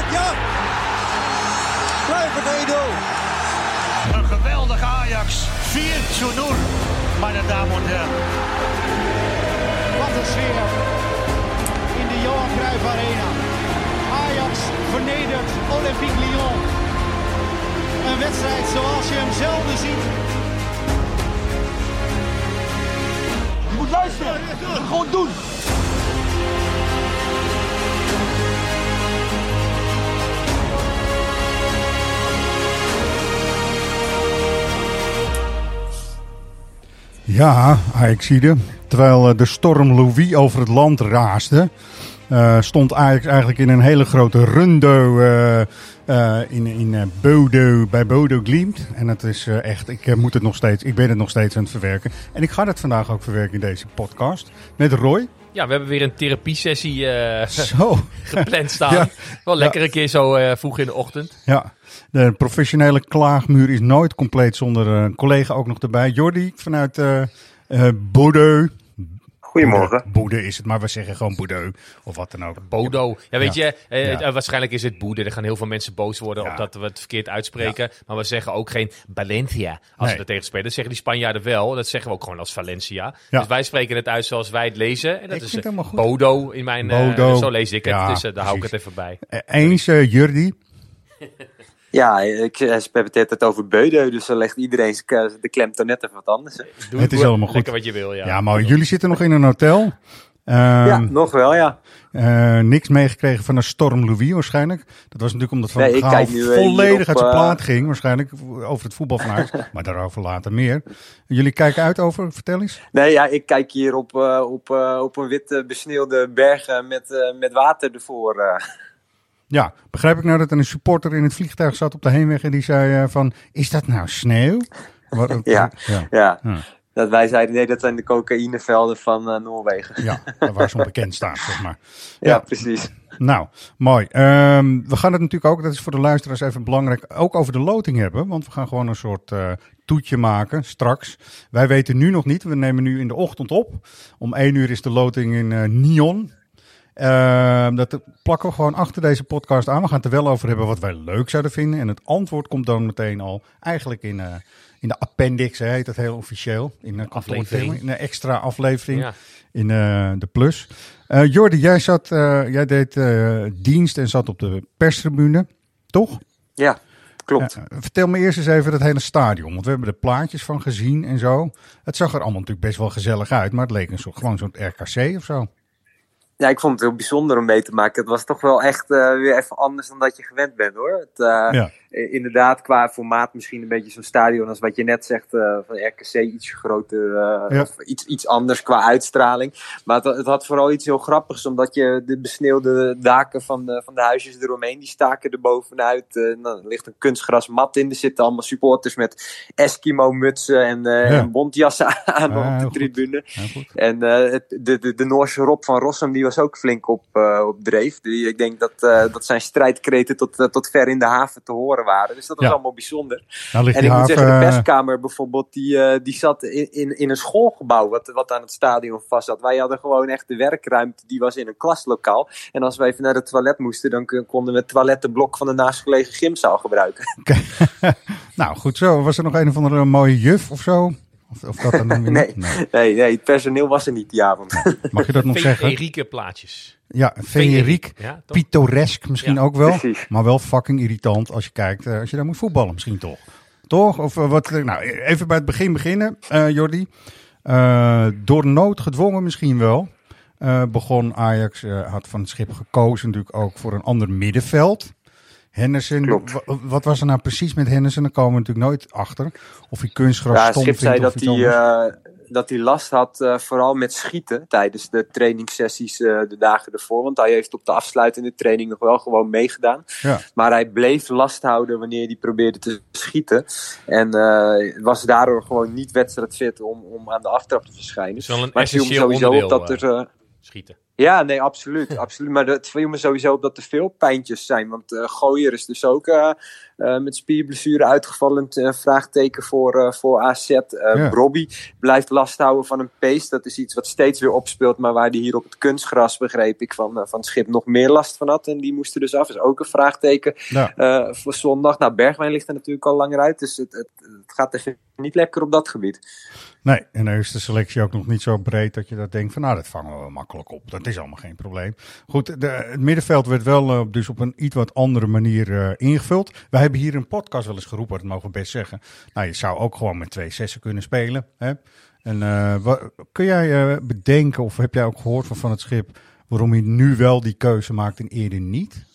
gemaakt, ja! Blijf het 1-0. Een geweldig Ajax. 4-0, meine Damen en heren. Wat een sfeer in de Johan Cruijff Arena. Ajax vernedert Olympique Lyon. Een wedstrijd zoals je hem zelden ziet. Je moet luisteren. Gewoon doen. Ja, Ajaxide. Terwijl de storm Louis over het land raasde, stond Ajax eigenlijk in een hele grote rundo in Bodo, bij Bodo Glimt. En het is echt, ik ben het nog steeds aan het verwerken. En ik ga het vandaag ook verwerken in deze podcast met Roy. Ja, we hebben weer een therapiesessie Zo. gepland staan. Ja. Wel lekker een keer zo vroeg in de ochtend. Ja, de professionele klaagmuur is nooit compleet zonder een collega ook nog erbij. Jordi vanuit Bodo. Goedemorgen. Boede is het, maar we zeggen gewoon Bodo of wat dan ook. Bodo. Ja, weet Ja. je, waarschijnlijk is het Boede. Er gaan heel veel mensen boos worden omdat we het verkeerd uitspreken. Ja. Maar we zeggen ook geen Valencia als we er tegen spelen. Dat zeggen die Spanjaarden wel. Dat zeggen we ook gewoon als Valencia. Ja. Dus wij spreken het uit zoals wij het lezen. En dat is Bodo in mijn... zo lees ik het. Dus daar hou ik het even bij. Eens, Jordi? Ja, ik heb het over Bodo, dus dan legt iedereen de klemtoon net even wat anders. Het is allemaal goed. Lekker wat je wil, ja. Ja, maar jullie zitten nog in een hotel. Ja, nog wel, ja. Niks meegekregen van een storm Louis waarschijnlijk. Dat was natuurlijk omdat Van Gaal nu volledig uit zijn plaat ging. Waarschijnlijk over het voetbal van Ajax. Maar daarover later meer. Jullie kijken uit over, vertel eens. Nee, ja, ik kijk hier op een wit besneeuwde berg met water ervoor. Ja, begrijp ik nou dat er een supporter in het vliegtuig zat op de heenweg en die zei van, is dat nou sneeuw? Ja. Dat wij zeiden, nee, dat zijn de cocaïnevelden van Noorwegen. Ja, waar ze onbekend staan, zeg maar. Ja, precies. Nou, mooi. We gaan het natuurlijk ook, dat is voor de luisteraars even belangrijk, ook over de loting hebben. Want we gaan gewoon een soort toetje maken straks. Wij weten nu nog niet, we nemen nu in de ochtend op. Om 1 uur is de loting in Nyon. Dat plakken we gewoon achter deze podcast aan. We gaan het er wel over hebben wat wij leuk zouden vinden. En het antwoord komt dan meteen al eigenlijk in de appendix, heet dat heel officieel. In een aflevering. In een extra aflevering. Ja. In de plus. Jordi, jij deed dienst en zat op de perstribune, toch? Ja, klopt. Vertel me eerst eens even dat hele stadion. Want we hebben er plaatjes van gezien en zo. Het zag er allemaal natuurlijk best wel gezellig uit. Maar het leek gewoon zo'n RKC of zo. Ja, ik vond het heel bijzonder om mee te maken. Het was toch wel echt weer even anders dan dat je gewend bent, hoor. Inderdaad, qua formaat misschien een beetje zo'n stadion als wat je net zegt van RKC. Iets groter, of iets anders qua uitstraling. Maar het had vooral iets heel grappigs, omdat je de besneeuwde daken van de huisjes eromheen, die staken er bovenuit. Er ligt een kunstgrasmat in. Er zitten allemaal supporters met Eskimo-mutsen en bontjassen aan op de tribune. Ja, en de Noorse Rob van Rossum, die was ook flink op dreef. Ik denk dat zijn strijdkreten tot ver in de haven te horen waren. Dus dat was allemaal bijzonder. Nou, en ik moet zeggen, de perskamer bijvoorbeeld, die zat in een schoolgebouw wat aan het stadion vast zat. Wij hadden gewoon echt de werkruimte, die was in een klaslokaal. En als we even naar het toilet moesten, dan konden we het toilettenblok van de naastgelegen gymzaal gebruiken. Nou, goed zo. Was er nog een of andere mooie juf of zo? Of dat dan nee, het personeel was er niet die avond. Mag je dat nog zeggen? Feerieke plaatjes. Ja, feeriek, pittoresk misschien ook wel. Precies. Maar wel fucking irritant als je kijkt, als je daar moet voetballen misschien toch. Toch? Of wat? Nou, even bij het begin beginnen, Jordi. Door nood gedwongen misschien wel. Begon Ajax, had van het schip gekozen natuurlijk ook voor een ander middenveld. Henderson, wat was er nou precies met Henderson? Daar komen we natuurlijk nooit achter. Of hij kunstgras stom vindt zei of iets anders. Dat hij last had vooral met schieten tijdens de trainingssessies de dagen ervoor. Want hij heeft op de afsluitende training nog wel gewoon meegedaan. Ja. Maar hij bleef last houden wanneer hij probeerde te schieten. En was daardoor gewoon niet wedstrijdfit om aan de aftrap te verschijnen. Dus wel een maar essentieel onderdeel, op dat er... schieten. Ja, nee, absoluut. absoluut. Maar het viel me sowieso op dat er veel pijntjes zijn. Want Gooier is dus ook met spierblessure uitgevallen. Vraagteken voor AZ. Robbie blijft last houden van een pees. Dat is iets wat steeds weer opspeelt. Maar waar die hier op het kunstgras, begreep ik, van het schip nog meer last van had. En die moesten dus af. Is ook een vraagteken voor zondag. Nou, Bergwijn ligt er natuurlijk al langer uit. Dus het gaat even niet lekker op dat gebied. Nee, en dan is de selectie ook nog niet zo breed dat je dat denkt van nou, dat vangen we makkelijk op. Dat is allemaal geen probleem. Goed, het middenveld werd wel dus op een iets wat andere manier ingevuld. Wij hebben hier een podcast wel eens geroepen, dat mogen we best zeggen. Nou, je zou ook gewoon met 2 6'en kunnen spelen. Hè? En kun jij bedenken, of heb jij ook gehoord van het schip, waarom je nu wel die keuze maakt en eerder niet?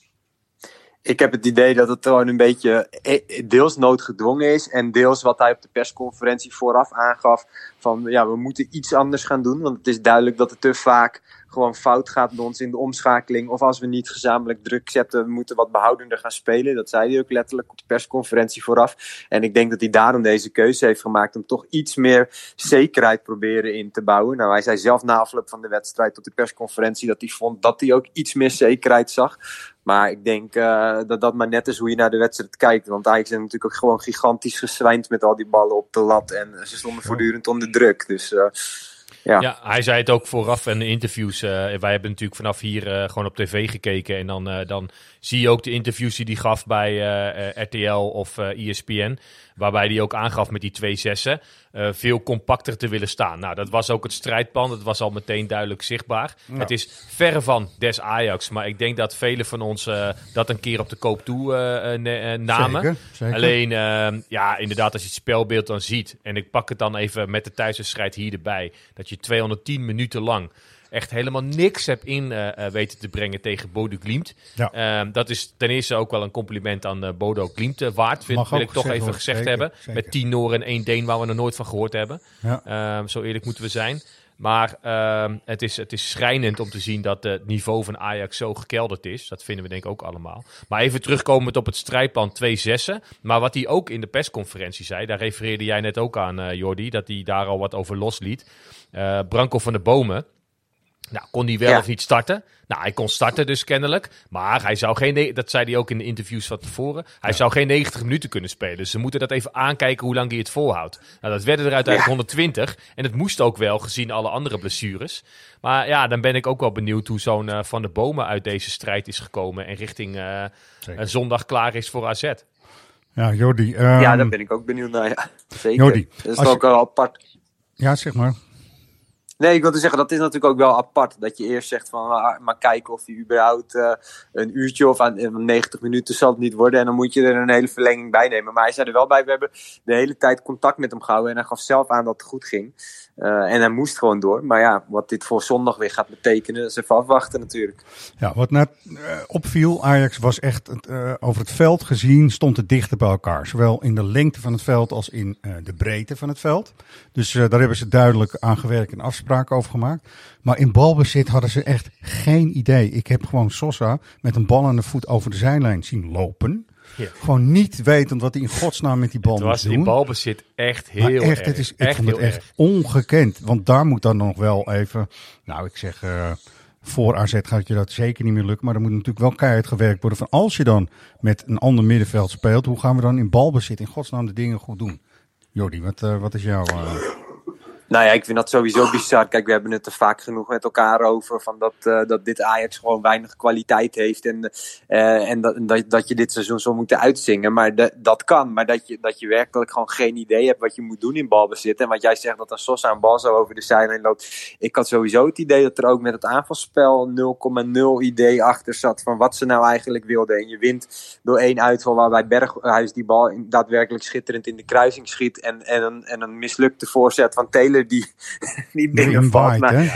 Ik heb het idee dat het gewoon een beetje deels noodgedwongen is. En deels wat hij op de persconferentie vooraf aangaf. Van ja, we moeten iets anders gaan doen. Want het is duidelijk dat het te vaak gewoon fout gaat bij ons in de omschakeling. Of als we niet gezamenlijk druk zetten, we moeten wat behoudender gaan spelen. Dat zei hij ook letterlijk op de persconferentie vooraf. En ik denk dat hij daarom deze keuze heeft gemaakt om toch iets meer zekerheid proberen in te bouwen. Nou, hij zei zelf na afloop van de wedstrijd op de persconferentie dat hij vond dat hij ook iets meer zekerheid zag. Maar ik denk dat maar net is hoe je naar de wedstrijd kijkt. Want Ajax is natuurlijk ook gewoon gigantisch gezwijnd met al die ballen op de lat. En ze stonden voortdurend onder druk. Dus ja, hij zei het ook vooraf in de interviews. Wij hebben natuurlijk vanaf hier gewoon op tv gekeken. En dan zie je ook de interviews die hij gaf bij RTL of ESPN. Waarbij hij ook aangaf met die 2 6'en veel compacter te willen staan. Nou, dat was ook het strijdplan. Dat was al meteen duidelijk zichtbaar. Ja. Het is verre van des Ajax. Maar ik denk dat velen van ons dat een keer op de koop toe namen. Zeker. Alleen, inderdaad, als je het spelbeeld dan ziet. En ik pak het dan even met de thuiswedstrijd hier erbij. Dat je 210 minuten lang echt helemaal niks hebt weten te brengen tegen Bodo Glimt. Ja. Dat is ten eerste ook wel een compliment aan Bodo Glimt waard. Wil ik toch even gezegd hebben. Zeker. Met 10 Nooren en 1 Deen waar we nog nooit van gehoord hebben. Ja. Zo eerlijk moeten we zijn. Maar het is schrijnend om te zien dat het niveau van Ajax zo gekelderd is. Dat vinden we denk ik ook allemaal. Maar even terugkomend op het strijdplan 2 6'en. Maar wat hij ook in de persconferentie zei, daar refereerde jij net ook aan, Jordi, dat hij daar al wat over losliet. Branko van der Bomen. Nou, kon hij wel of niet starten? Nou, hij kon starten dus kennelijk. Maar hij zou geen, dat zei hij ook in de interviews van tevoren, hij zou geen 90 minuten kunnen spelen. Dus ze moeten dat even aankijken hoe lang hij het volhoudt. Nou, dat werden er uiteindelijk 120. En het moest ook wel, gezien alle andere blessures. Maar ja, dan ben ik ook wel benieuwd hoe zo'n Van der Bomen uit deze strijd is gekomen. En richting zondag klaar is voor AZ. Ja, Jordi. Ja, daar ben ik ook benieuwd naar. Ja. Zeker. Jordi, dat is ook wel apart. Ja, zeg maar. Nee, ik wilde zeggen, dat is natuurlijk ook wel apart. Dat je eerst zegt van, maar kijken of hij überhaupt een uurtje of 90 minuten zal het niet worden. En dan moet je er een hele verlenging bij nemen. Maar hij zei er wel bij, we hebben de hele tijd contact met hem gehouden. En hij gaf zelf aan dat het goed ging. En hij moest gewoon door. Maar ja, wat dit voor zondag weer gaat betekenen, is even afwachten natuurlijk. Ja, wat net opviel, Ajax was echt over het veld gezien, stond het dichter bij elkaar. Zowel in de lengte van het veld als in de breedte van het veld. Dus daar hebben ze duidelijk aan gewerkt en afspraken over gemaakt. Maar in balbezit hadden ze echt geen idee. Ik heb gewoon Sosa met een bal aan de voet over de zijlijn zien lopen. Ja. Gewoon niet wetend wat hij in godsnaam met die bal moest doen. Het was in balbezit echt heel erg. Ik vond het echt ongekend. Want daar moet dan nog wel even, nou ik zeg, voor AZ gaat je dat zeker niet meer lukken. Maar er moet natuurlijk wel keihard gewerkt worden van als je dan met een ander middenveld speelt, hoe gaan we dan in balbezit in godsnaam de dingen goed doen? Jordi, wat is jouw... Nou ja, ik vind dat sowieso bizar. Kijk, we hebben het er vaak genoeg met elkaar over. Van dat dit Ajax gewoon weinig kwaliteit heeft. En dat je dit seizoen zou moeten uitzingen. Maar dat kan. Maar dat je werkelijk gewoon geen idee hebt wat je moet doen in balbezit. En wat jij zegt dat een Sosa een bal zo over de zijlijn loopt. Ik had sowieso het idee dat er ook met het aanvalsspel 0,0 idee achter zat. Van wat ze nou eigenlijk wilden. En je wint door 1 uitval waarbij Berghuis die bal daadwerkelijk schitterend in de kruising schiet. En een mislukte voorzet van Taylor die binnenvalt.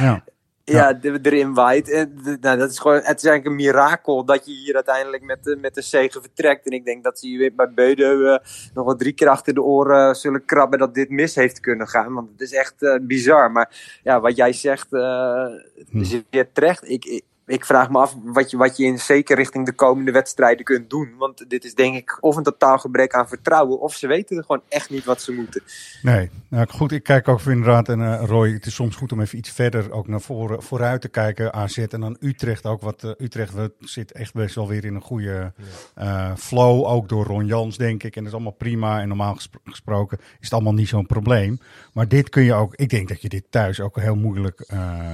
Ja, erin waait. Nou, dat is gewoon, het is eigenlijk een mirakel dat je hier uiteindelijk met de zege vertrekt. En ik denk dat ze hier weer bij Beudeu nog wel 3 keer achter de oren zullen krabben dat dit mis heeft kunnen gaan. Want het is echt bizar. Maar ja, wat jij zegt, is weer terecht. ik vraag me af wat je in zeker richting de komende wedstrijden kunt doen. Want dit is denk ik of een totaal gebrek aan vertrouwen, of ze weten gewoon echt niet wat ze moeten. Nee, nou goed, ik kijk ook inderdaad. En Roy, het is soms goed om even iets verder ook naar vooruit te kijken. AZ en dan Utrecht ook. Utrecht zit echt best wel weer in een goede flow. Ook door Ron Jans, denk ik. En dat is allemaal prima. En normaal gesproken is het allemaal niet zo'n probleem. Maar dit kun je ook, ik denk dat je dit thuis ook heel moeilijk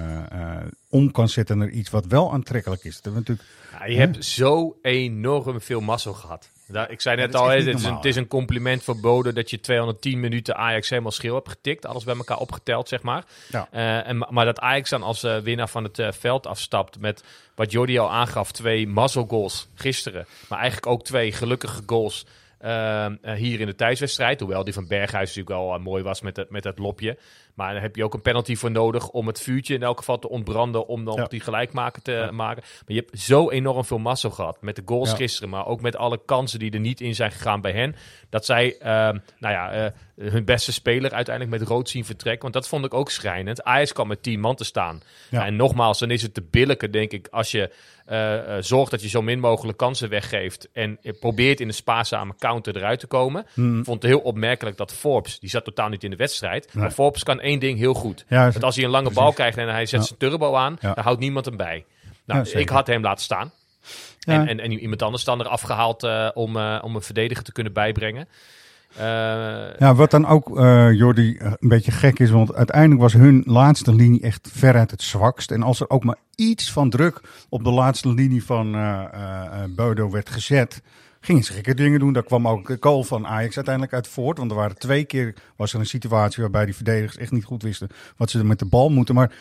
om kan zetten naar iets wat wel aantrekkelijk is. Dat natuurlijk, je hebt zo enorm veel mazzel gehad. Ik zei net al, het is een compliment voor Bode dat je 210 minuten Ajax helemaal schil hebt getikt. Alles bij elkaar opgeteld, zeg maar. Ja. Maar dat Ajax dan als winnaar van het veld afstapt met wat Jordi al aangaf, 2 mazzelgoals gisteren. Maar eigenlijk ook 2 gelukkige goals hier in de thuiswedstrijd. Hoewel die van Berghuis natuurlijk al mooi was met dat lopje. Maar dan heb je ook een penalty voor nodig om het vuurtje in elk geval te ontbranden. Om dan die gelijkmaker te maken. Maar je hebt zo enorm veel mazzel gehad. Met de goals gisteren. Maar ook met alle kansen die er niet in zijn gegaan bij hen. Dat zij hun beste speler uiteindelijk met rood zien vertrekken. Want dat vond ik ook schrijnend. Ajax kwam met 10 man te staan. Ja. En nogmaals, dan is het te billijken, denk ik, als je zorgt dat je zo min mogelijk kansen weggeeft. En probeert in een spaarzame counter eruit te komen. Ik vond het heel opmerkelijk dat Forbes, die zat totaal niet in de wedstrijd. Nee. Maar Forbes kan 1 ding heel goed. Ja, dat als hij een lange bal krijgt en hij zet zijn turbo aan, dan houdt niemand hem bij. Nou, ik had hem laten staan. Ja. En iemand anders dan eraf gehaald om een verdediger te kunnen bijbrengen. Wat dan ook, Jordi, een beetje gek is, want uiteindelijk was hun laatste linie echt veruit het zwakst. En als er ook maar iets van druk op de laatste linie van Bodo werd gezet, gingen ze gekke dingen doen. Daar kwam ook de goal van Ajax uiteindelijk uit voort. Want er waren 2 keer was er een situatie waarbij die verdedigers echt niet goed wisten wat ze met de bal moeten. Maar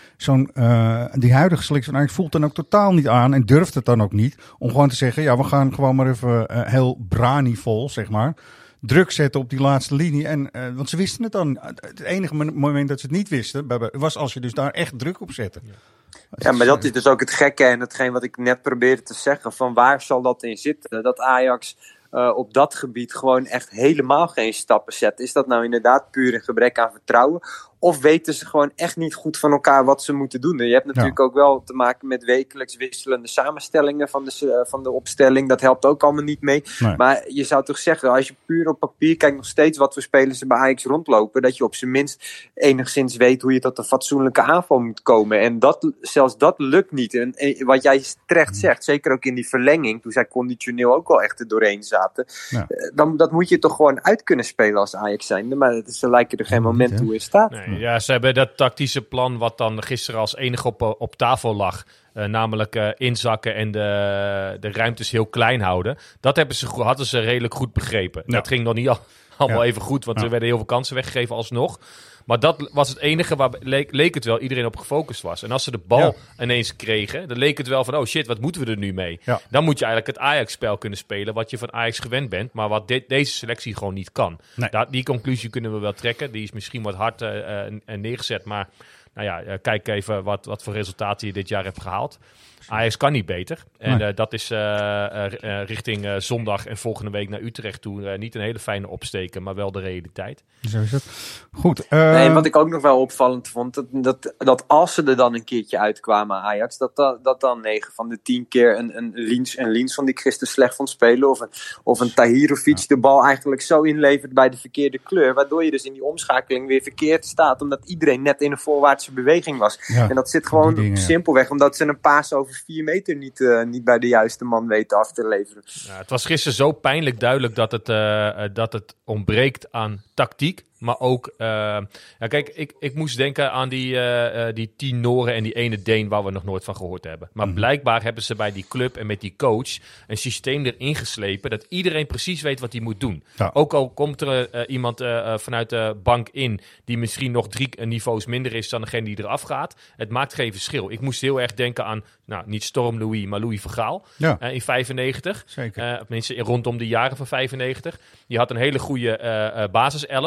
die huidige selectie van Ajax voelt dan ook totaal niet aan en durft het dan ook niet om gewoon te zeggen, ja, we gaan gewoon maar even heel branivol, zeg maar, druk zetten op die laatste linie. Want ze wisten het dan. Het enige moment dat ze het niet wisten was als je dus daar echt druk op zette. Ja, maar dat is dus ook het gekke en hetgeen wat ik net probeerde te zeggen. Van waar zal dat in zitten? Dat Ajax op dat gebied gewoon echt helemaal geen stappen zet. Is dat nou inderdaad puur een gebrek aan vertrouwen? Of weten ze gewoon echt niet goed van elkaar wat ze moeten doen? Je hebt natuurlijk ook wel te maken met wekelijks wisselende samenstellingen van de opstelling. Dat helpt ook allemaal niet mee. Nee. Maar je zou toch zeggen, als je puur op papier kijkt nog steeds wat voor spelers er bij Ajax rondlopen, dat je op zijn minst enigszins weet hoe je tot een fatsoenlijke aanval moet komen. En zelfs dat lukt niet. En wat jij terecht zegt, zeker ook in die verlenging, toen zij conditioneel ook wel echt er doorheen zaten. Ja. Dat moet je toch gewoon uit kunnen spelen als Ajax zijnde. Maar ze lijken er geen moment toe in staat. Nee. Ja, ze hebben dat tactische plan wat dan gisteren als enige op tafel lag. Namelijk inzakken en de ruimtes heel klein houden. Dat hadden ze redelijk goed begrepen. Ja. Dat ging nog niet allemaal even goed, want er werden heel veel kansen weggegeven alsnog. Maar dat was het enige waar leek het wel iedereen op gefocust was. En als ze de bal ineens kregen, dan leek het wel van, oh shit, wat moeten we er nu mee? Ja. Dan moet je eigenlijk het Ajax-spel kunnen spelen, wat je van Ajax gewend bent, maar wat deze selectie gewoon niet kan. Nee. Die conclusie kunnen we wel trekken. Die is misschien wat hard neergezet, maar kijk even wat voor resultaten je dit jaar hebt gehaald. Ajax kan niet beter. En dat is richting zondag en volgende week naar Utrecht toe niet een hele fijne opsteken, maar wel de realiteit. Zo is het. Goed. En wat ik ook nog wel opvallend vond, dat als ze er dan een keertje uitkwamen, Ajax, dat dan 9 van de 10 keer een Liens van die ik gisteren slecht vond spelen, of een Tahirovic de bal eigenlijk zo inlevert bij de verkeerde kleur, waardoor je dus in die omschakeling weer verkeerd staat, omdat iedereen net in een voorwaartse beweging was. Ja, en dat zit gewoon simpelweg, omdat ze een paas over 4 meter niet bij de juiste man weten af te leveren. Ja, het was gisteren zo pijnlijk duidelijk dat het ontbreekt aan tactiek. Maar ook, kijk, ik moest denken aan die 10 Noren en die ene Deen waar we nog nooit van gehoord hebben. Maar blijkbaar hebben ze bij die club en met die coach een systeem erin geslepen dat iedereen precies weet wat hij moet doen. Ja. Ook al komt er iemand vanuit de bank in die misschien nog 3 niveaus minder is dan degene die eraf gaat. Het maakt geen verschil. Ik moest heel erg denken aan, niet Storm Louis, maar Louis van Gaal in 95. Zeker. Tenminste, rondom de jaren van 95. Die had een hele goede basiself, maar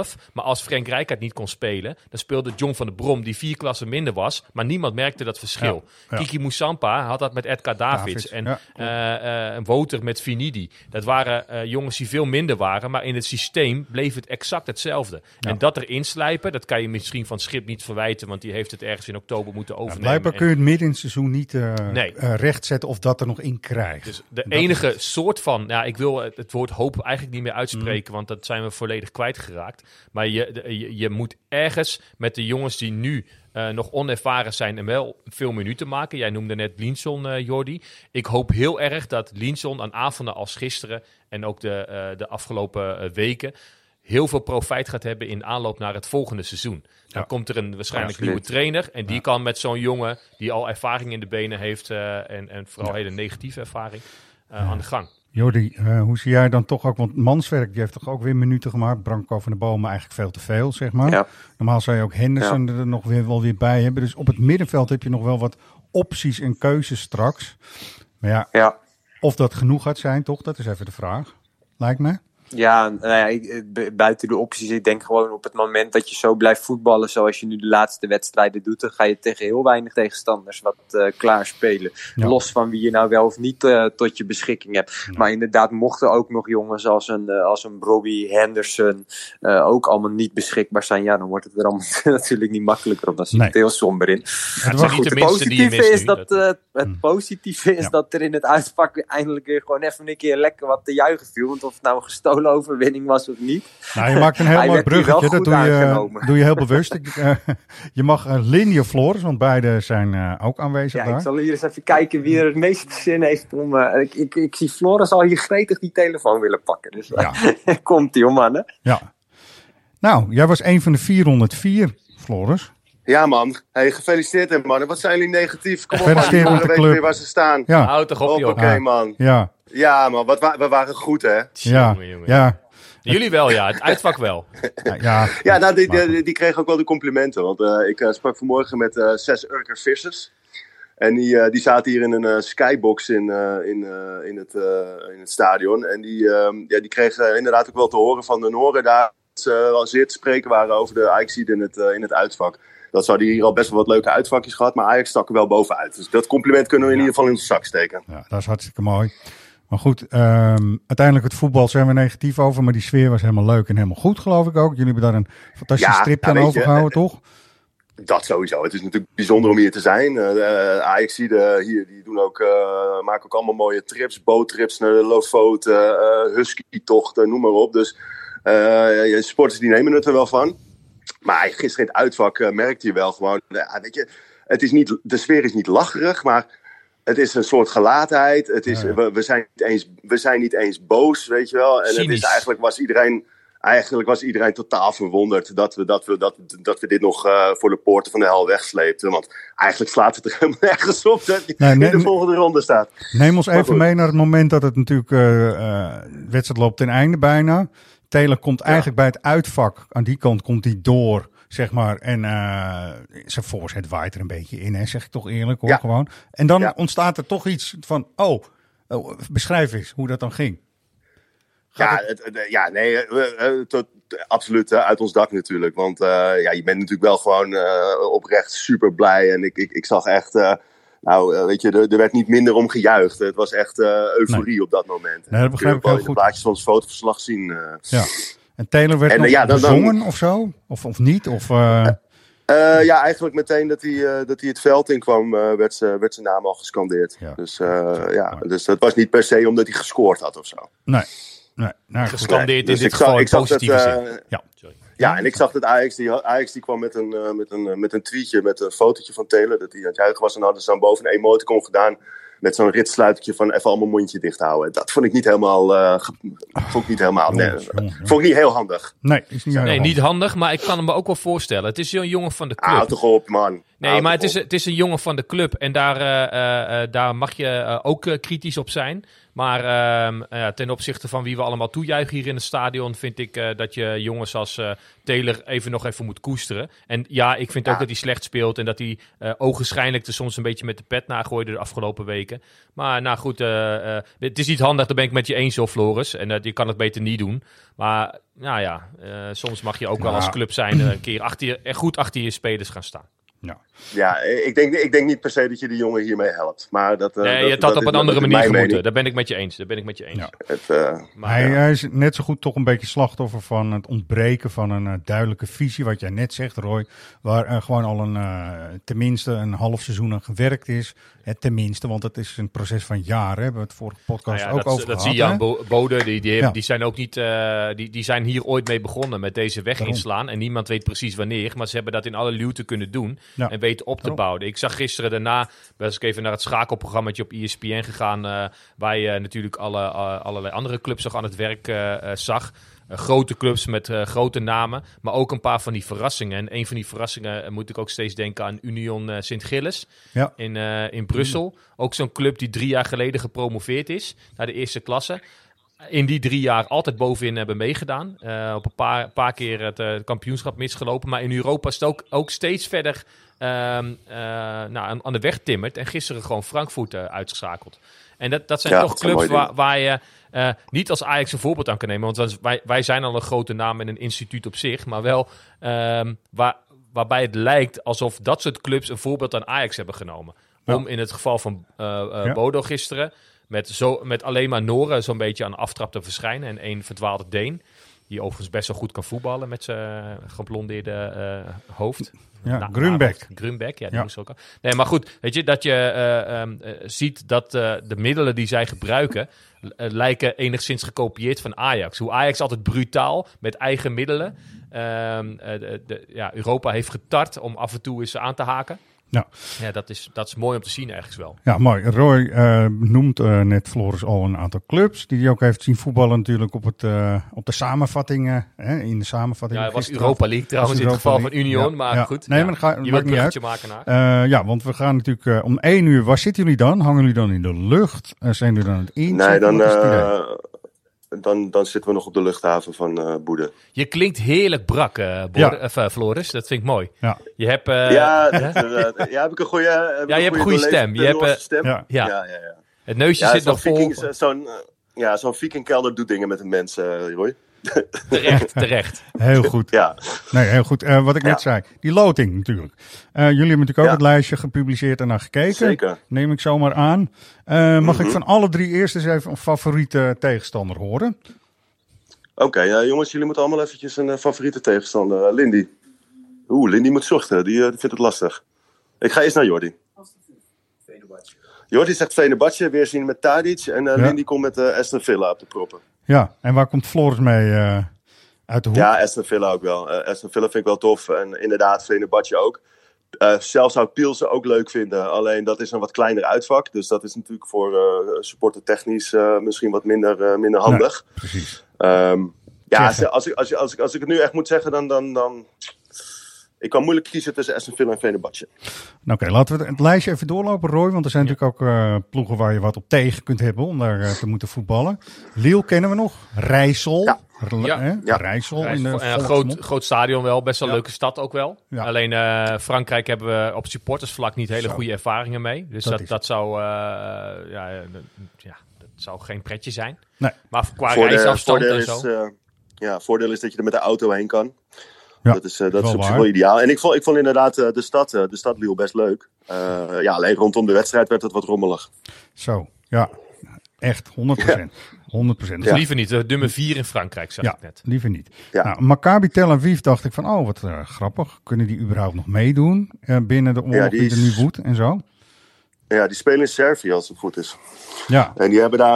Maar als Frank Rijkaard niet kon spelen, dan speelde John van der Brom, die 4 klassen minder was. Maar niemand merkte dat verschil. Ja. Kiki Moussampa had dat met Edgar Davids. En Wouter met Finidi. Dat waren jongens die veel minder waren. Maar in het systeem bleef het exact hetzelfde. Ja. En dat erin slijpen, dat kan je misschien van Schip niet verwijten. Want die heeft het ergens in oktober moeten overnemen. Blijkbaar kun je het midden in het seizoen niet rechtzetten of dat er nog in krijgt. Dus de enige soort van... Ja, ik wil het woord hoop eigenlijk niet meer uitspreken. Want dat zijn we volledig kwijtgeraakt. Maar je moet ergens met de jongens die nu nog onervaren zijn en wel veel minuten maken. Jij noemde net Linson, Jordi. Ik hoop heel erg dat Linson aan avonden als gisteren en ook de afgelopen weken heel veel profijt gaat hebben in aanloop naar het volgende seizoen. Dan komt er waarschijnlijk nieuwe trainer en die kan met zo'n jongen die al ervaring in de benen heeft en vooral hele negatieve ervaring aan de gang. Jordi, hoe zie jij dan toch ook, want Manswerk die heeft toch ook weer minuten gemaakt, Branko van der Bomen eigenlijk veel te veel, zeg maar. Ja. Normaal zou je ook Henderson er nog wel weer bij hebben, dus op het middenveld heb je nog wel wat opties en keuzes straks. Maar of dat genoeg gaat zijn, toch? Dat is even de vraag, lijkt me. Ja, buiten de opties, ik denk gewoon op het moment dat je zo blijft voetballen zoals je nu de laatste wedstrijden doet, dan ga je tegen heel weinig tegenstanders klaar spelen. Ja. Los van wie je nou wel of niet tot je beschikking hebt. Ja. Maar inderdaad, mochten ook nog jongens als een Robbie Henderson ook allemaal niet beschikbaar zijn, dan wordt het er allemaal natuurlijk niet makkelijker op. Dan zit het heel somber in. Ja, maar goed, het positieve is dat er in het uitvak eindelijk weer gewoon even een keer lekker wat te juichen viel. Want of het nou een gestolen overwinning was of niet. Nou, je maakt een heel mooi bruggetje. Dat doe je heel bewust. Je mag Linje Floris, want beide zijn ook aanwezig daar. Ik zal hier eens even kijken wie er het meeste zin heeft om... Ik zie Floris al hier gretig die telefoon willen pakken. Dus komt-ie, man. Ja. Nou, jij was een van de 404, Floris. Ja, man. Hey, gefeliciteerd, man. Wat zijn jullie negatief? Kom op, man. Gefeliciteerd met de club. Weer waar ze staan. Ja. Houd toch op, joh. Oké, man. Ja. Ja, man. We waren goed, hè? Ja. Jullie wel, ja. Het uitvak wel. Ja, nou, die kregen ook wel de complimenten. Want ik sprak vanmorgen met 6 Urker vissers. En die zaten hier in een skybox in het stadion. En die kregen inderdaad ook wel te horen van de Noren daar. Dat ze wel zeer te spreken waren over de Ajax-zied in het uitvak. Dat zouden hier al best wel wat leuke uitvakjes gehad. Maar Ajax stak er wel bovenuit. Dus dat compliment kunnen we in ieder geval in onze zak steken. Ja, dat is hartstikke mooi. Maar goed, uiteindelijk het voetbal zijn we negatief over. Maar die sfeer was helemaal leuk en helemaal goed, geloof ik ook. Jullie hebben daar een fantastische strip aan overgehouden, toch? Dat sowieso. Het is natuurlijk bijzonder om hier te zijn. Ajax-zieden hier, die doen ook, maken ook allemaal mooie trips. Boottrips naar de Lofoten, husky-tochten, noem maar op. Dus sporters die nemen het er wel van. Maar gisteren in het uitvak merkte je wel gewoon... weet je, de sfeer is niet lacherig, maar... Het is een soort gelaatheid. Het is, we zijn niet eens boos, weet je wel. En het is, eigenlijk was iedereen totaal verwonderd dat we dit nog voor de poorten van de hel wegsleepten. Want eigenlijk slaat het er helemaal nergens op dat je in de volgende ronde staat. Neem ons even mee naar het moment dat het natuurlijk... de wedstrijd loopt ten einde bijna. Taylor komt eigenlijk bij het uitvak. Aan die kant komt hij door... Zeg maar, en zijn voorzet waait er een beetje in, hè, zeg ik toch eerlijk hoor, gewoon. En dan ontstaat er toch iets van, beschrijf eens hoe dat dan ging. Absoluut uit ons dak natuurlijk. Want je bent natuurlijk wel gewoon oprecht super blij. En ik zag echt, weet je, er werd niet minder om gejuicht. Het was echt euforie op dat moment. Nee, dat begrijp ik heel goed. De plaatjes van ons fotoverslag zien. Ja. En Taylor werd bezongen of zo? Of niet? Of, eigenlijk meteen dat hij het veld inkwam, werd zijn naam al gescandeerd. Ja. Dus dat was niet per se omdat hij gescoord had of zo. Nee. Gescandeerd in dit geval in positieve zin. Ja, en ik zag dat Ajax die kwam met een tweetje, met een fotootje van Taylor, dat hij aan het juichen was. En hadden ze dan boven een emoticon gedaan met zo'n ritsluitertje van even allemaal mondje dicht houden. Dat vond ik niet helemaal, vond ik niet heel handig. Nee, is niet niet handig, maar ik kan hem me ook wel voorstellen. Het is een jongen van de club. Houd toch op, man. Nee, maar het is een jongen van de club en daar mag je ook kritisch op zijn. Maar ten opzichte van wie we allemaal toejuichen hier in het stadion, vind ik dat je jongens als Taylor nog even moet koesteren. En ja, ik vind ook dat hij slecht speelt en dat hij ogenschijnlijk er soms een beetje met de pet nagooide de afgelopen weken. Maar nou goed, het is niet handig, daar ben ik met je eens, Floris. En je kan het beter niet doen. Maar nou ja, soms mag je ook wel als club zijn een keer goed achter je spelers gaan staan. Ja, ik denk niet per se dat je die jongen hiermee helpt. Maar het had op een andere manier gemoeten. Daar ben ik met je eens. Ja. Hij is net zo goed toch een beetje slachtoffer van het ontbreken van een duidelijke visie. Wat jij net zegt, Roy. Waar gewoon al tenminste een half seizoen aan gewerkt is. Tenminste, want het is een proces van jaren. Hebben we het vorige podcast ook over gehad. Dat zie je aan Bode. Die zijn ook niet. Die zijn hier ooit mee begonnen met deze weg inslaan. En niemand weet precies wanneer. Maar ze hebben dat in alle luwte kunnen doen. Ja. En weten op te bouwen. Ik zag gisteren daarna, was ik even naar het schakelprogrammaatje op ESPN gegaan, waar je natuurlijk allerlei andere clubs nog aan het werk zag. Grote clubs met grote namen, maar ook een paar van die verrassingen. En een van die verrassingen moet ik ook steeds denken aan Union Sint-Gilles in Brussel. Ook zo'n club die 3 jaar geleden gepromoveerd is naar de eerste klasse. In die 3 jaar altijd bovenin hebben meegedaan. Op een paar keer het kampioenschap misgelopen. Maar in Europa is het ook steeds verder aan de weg timmert. En gisteren gewoon Frankfurt uitgeschakeld. En dat zijn toch clubs waar je niet als Ajax een voorbeeld aan kan nemen. Want wij zijn al een grote naam en een instituut op zich. Maar wel waarbij het lijkt alsof dat soort clubs een voorbeeld aan Ajax hebben genomen. Ja. Om in het geval van Bodo gisteren met alleen maar Noren zo'n beetje aan de aftrap te verschijnen. En 1 verdwaalde Deen. Die overigens best wel goed kan voetballen met zijn geblondeerde hoofd. Ja, Grunbeck. Die moest ook al. Nee, maar goed, weet je, dat je ziet dat de middelen die zij gebruiken lijken enigszins gekopieerd van Ajax. Hoe Ajax altijd brutaal met eigen middelen Europa heeft getart om af en toe eens aan te haken. Ja, dat is mooi om te zien ergens wel. Ja, mooi. Roy noemt net Floris al een aantal clubs die hij ook heeft zien voetballen natuurlijk op de samenvattingen. In de samenvatting. Ja, het was Europa League trouwens in het geval van Union, maar goed. Nee, maar dat je maakt niet uit. Maken naar. Want we gaan natuurlijk om 1 uur. Waar zitten jullie dan? Hangen jullie dan in de lucht? Zijn jullie dan aan het inchecken? Nee, dan zitten we nog op de luchthaven van Boede. Je klinkt heerlijk brak, Floris. Dat vind ik mooi. Ja. Je hebt... heb ik een goede... je hebt een goede stem. Je hebt stem. Ja. Het neusje zit nog vol. Zo'n vikingkelder doet dingen met een mens, Roy. Terecht. Heel goed. Ja. Nee, heel goed. Wat ik net zei. Die loting natuurlijk. Jullie hebben natuurlijk ook het lijstje gepubliceerd en naar gekeken. Zeker. Neem ik zomaar aan. Mag ik van alle 3 eerst eens even een favoriete tegenstander horen? Oké, jongens, jullie moeten allemaal eventjes een favoriete tegenstander. Lindy. Lindy moet zochten. Die vindt het lastig. Ik ga eerst naar Jordi. Jordi zegt Fenerbahce, weer zien met Tadic. En Lindy komt met Aston Villa op de proppen. Ja, en waar komt Floris mee uit de hoek? Ja, Aston Villa ook wel. Aston Villa vind ik wel tof. En inderdaad, Fenerbahce ook. Zelf zou ik Pilsen ook leuk vinden. Alleen dat is een wat kleiner uitvak. Dus dat is natuurlijk voor supporter technisch misschien wat minder handig. Nee, precies. Als ik het nu echt moet zeggen, dan ik kan moeilijk kiezen tussen Aston Villa en Fenerbahce. Oké, laten we het lijstje even doorlopen, Roy. Want er zijn natuurlijk ook ploegen waar je wat op tegen kunt hebben om daar te moeten voetballen. Lille kennen we nog. Rijssel. Rijssel. Een groot stadion wel. Best wel een leuke stad ook wel. Ja. Alleen Frankrijk hebben we op supportersvlak niet hele goede ervaringen mee. Dus dat zou geen pretje zijn. Nee. Maar qua reisafstand en zo. Voordeel is dat je er met de auto heen kan. Ja, dat is op zich wel ideaal. En ik vond inderdaad de stad Lille best leuk. Alleen rondom de wedstrijd werd het wat rommelig. Zo, ja. Echt, 100%. 100%. Dus liever niet. Nummer 4 in Frankrijk, zag ik net. Liever niet. Ja. Nou, Maccabi Tel Aviv dacht ik van, wat grappig. Kunnen die überhaupt nog meedoen binnen de oorlog die er nu woedt en zo? Ja, die spelen in Servië als het goed is. Ja. En die hebben daar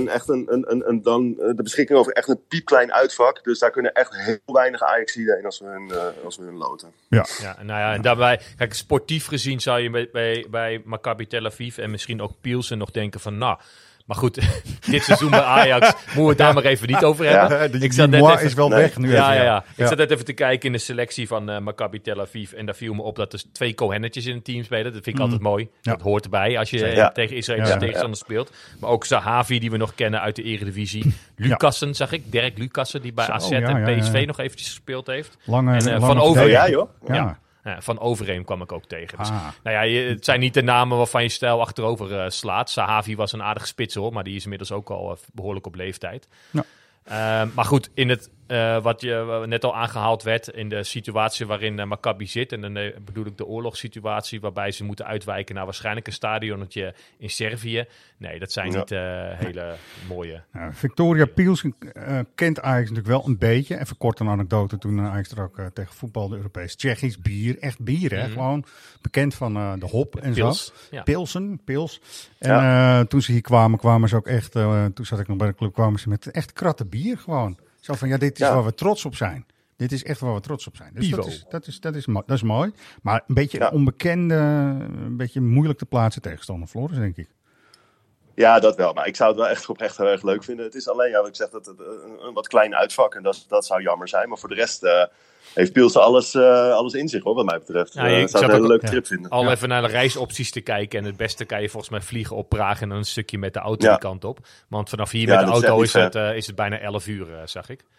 de beschikking over echt een piepklein uitvak. Dus daar kunnen echt heel weinig Ajaxiden heen als we hun loten. Ja. En daarbij, kijk, sportief gezien zou je bij Maccabi Tel Aviv en misschien ook Pilsen nog denken van, Maar goed, dit seizoen bij Ajax moeten we het daar maar even niet over hebben. Ik zat net even, is wel weg nu. Ja. Ik zat net even te kijken in de selectie van Maccabi Tel Aviv. En daar viel me op dat er 2 Cohennetjes in het team spelen. Dat vind ik altijd mooi. Ja. Dat hoort erbij als je tegen Israëlische tegenstanders speelt. Maar ook Zahavi, die we nog kennen uit de Eredivisie. Lucassen, zag ik. Dirk Lucassen, die bij AZ en PSV nog eventjes gespeeld heeft. Lange Van Overheem. joh. Ja. Van Overheem kwam ik ook tegen. Dus, het zijn niet de namen waarvan je stijl achterover slaat. Zahavi was een aardige spits hoor, maar die is inmiddels ook al behoorlijk op leeftijd. Ja. Maar goed, in het wat je net al aangehaald werd, in de situatie waarin Maccabi zit, en dan bedoel ik de oorlogssituatie waarbij ze moeten uitwijken naar waarschijnlijk een stadionnetje in Servië. Nee, dat zijn niet hele mooie... Victoria Pielsen kent Ajax natuurlijk wel een beetje. Even kort een anekdote toen Ajax er ook tegen voetbal de Europees. Tsjechisch bier, echt bier hè, gewoon bekend van de hop en Pils. zo. Ja. Pils. En toen ze hier kwamen ze ook echt, toen zat ik nog bij de club, kwamen ze met echt kratten bier gewoon. Zo van, dit is waar we trots op zijn. Dit is echt waar we trots op zijn. Dus dat is mooi. Maar een beetje een onbekende, een beetje moeilijk te plaatsen tegenstander, Floris, denk ik. Ja, dat wel. Maar ik zou het wel echt oprecht heel erg leuk vinden. Het is alleen, wat ik zeg, dat het een wat klein uitvak. En dat zou jammer zijn. Maar voor de rest heeft Pielsen alles in zich, hoor, wat mij betreft. Ik zou het een hele leuke trip vinden. Al even naar de reisopties te kijken. En het beste kan je volgens mij vliegen op Praag en dan een stukje met de auto die kant op. Want vanaf hier met de auto is het bijna 11 uur, zag ik.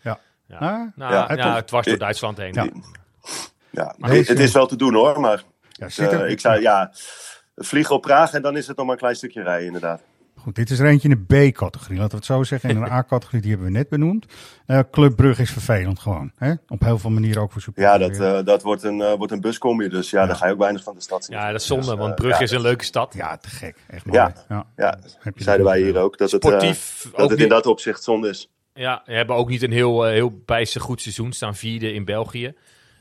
Dwars door Duitsland heen. Maar het is wel te doen, hoor. Maar ik zou, vliegen op Praag en dan is het nog maar een klein stukje rijden, inderdaad. Goed, dit is er eentje in de B-categorie, laten we het zo zeggen. In een A-categorie, die hebben we net benoemd. Club Brugge is vervelend gewoon. Hè? Op heel veel manieren ook voor supporters. Ja, dat wordt een buscombi, dus daar ga je ook weinig van de stad zien. Ja, dat is zonde, want Brugge is een leuke stad. Ja, te gek. Echt mooi. Ja. Zeiden wij hier ook. Dat het in dat opzicht zonde is. Ja, we hebben ook niet een heel bijster goed seizoen. Staan 4e in België.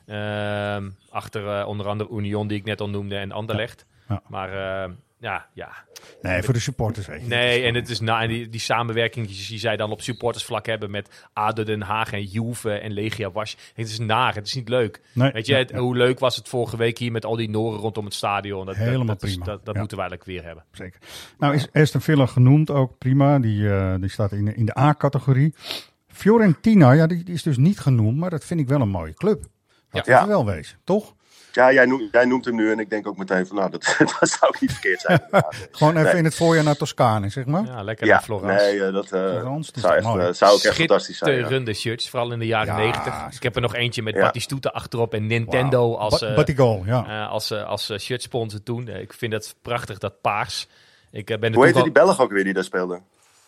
Achter onder andere Union, die ik net al noemde, en Anderlecht. Ja. Maar... Nee, voor de supporters weet je. Nee, en het is die samenwerking die zij dan op supportersvlak hebben met ADO Den Haag en Juve en Legia Warschau. Het is naar, het is niet leuk. Nee, weet je, hoe leuk was het vorige week hier met al die Noren rondom het stadion. Helemaal prima. Dat moeten we eigenlijk weer hebben. Zeker. Nou is Aston Villa genoemd ook prima. Die staat in de A-categorie. Fiorentina, die is dus niet genoemd, maar dat vind ik wel een mooie club. Dat moet wel wezen, toch? Ja, jij noemt hem nu en ik denk ook meteen van, dat zou niet verkeerd zijn. Gewoon even in het voorjaar naar Toscane, zeg maar. Ja, lekker naar Florence. Nee, dat zou ook echt fantastisch zijn. Schitterende shirts, vooral in de jaren 90. Ik heb er nog eentje met Batistuta achterop en Nintendo als shirtsponsor toen. Ik vind dat prachtig, dat paars. Hoe heette die Belg ook weer die daar speelde?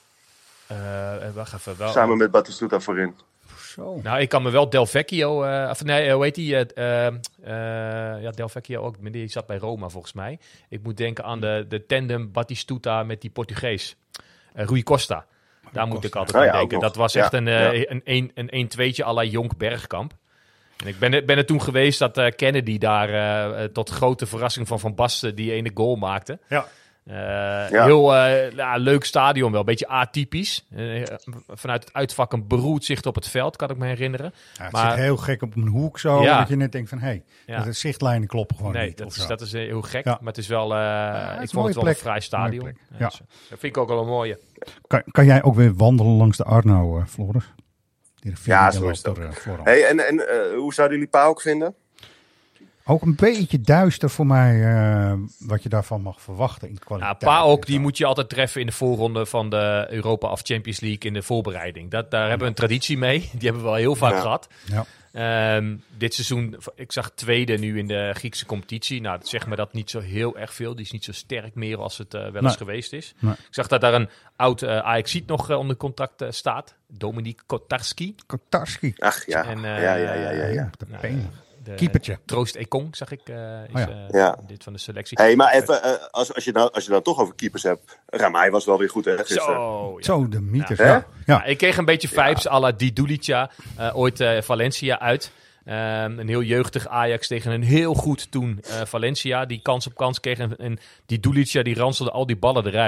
Wacht even. Wel. Samen met Batistuta voorin. Zo. Nou, ik kan me wel Del Vecchio... hoe heet die? Del Vecchio ook. Die zat bij Roma, volgens mij. Ik moet denken aan de tandem Batistuta met die Portugees. Rui Costa. Daar moet ik altijd aan denken. Dat was echt een 1-2'tje à la Jonk Bergkamp. En ik ben er toen geweest dat Kennedy daar tot grote verrassing van Basten die ene goal maakte. Ja. Heel leuk stadion wel, een beetje atypisch. Vanuit het uitvak een beroerd zicht op het veld, kan ik me herinneren. Ja, het zit heel gek op een hoek zo, dat je net denkt van, de zichtlijnen kloppen gewoon niet. Dat is heel gek, maar het is wel, ik vond het wel een vrij stadion. Dat vind ik ook wel een mooie. Kan jij ook weer wandelen langs de Arno, Floris? Ja, zo is het ook. Hey, en hoe zouden jullie PAOK vinden? Ook een beetje duister voor mij wat je daarvan mag verwachten in kwaliteit. PAOK die moet je altijd treffen in de voorronde van de Europa of Champions League in de voorbereiding. Daar hebben we een traditie mee. Die hebben we wel heel vaak gehad. Ja. Dit seizoen, ik zag tweede nu in de Griekse competitie. Nou, dat zegt me dat niet zo heel erg veel. Die is niet zo sterk meer als het wel eens geweest is. Nee. Ik zag dat daar een oud Ajaxiet nog onder contract staat. Dominique Kotarski. Ach ja. Ja. Keepertje. Troost Ekong, zag ik, dit van de selectie. Hey, maar even, als je dan toch over keepers hebt. Ramai was wel weer goed, hè, gisteren. Zo, de mythes. Ja, ik kreeg een beetje vibes à la Di Dulica, ooit Valencia uit. Een heel jeugdig Ajax tegen een heel goed toen Valencia. Die kans op kans kreeg en die Dulica die ranselde al die ballen eruit.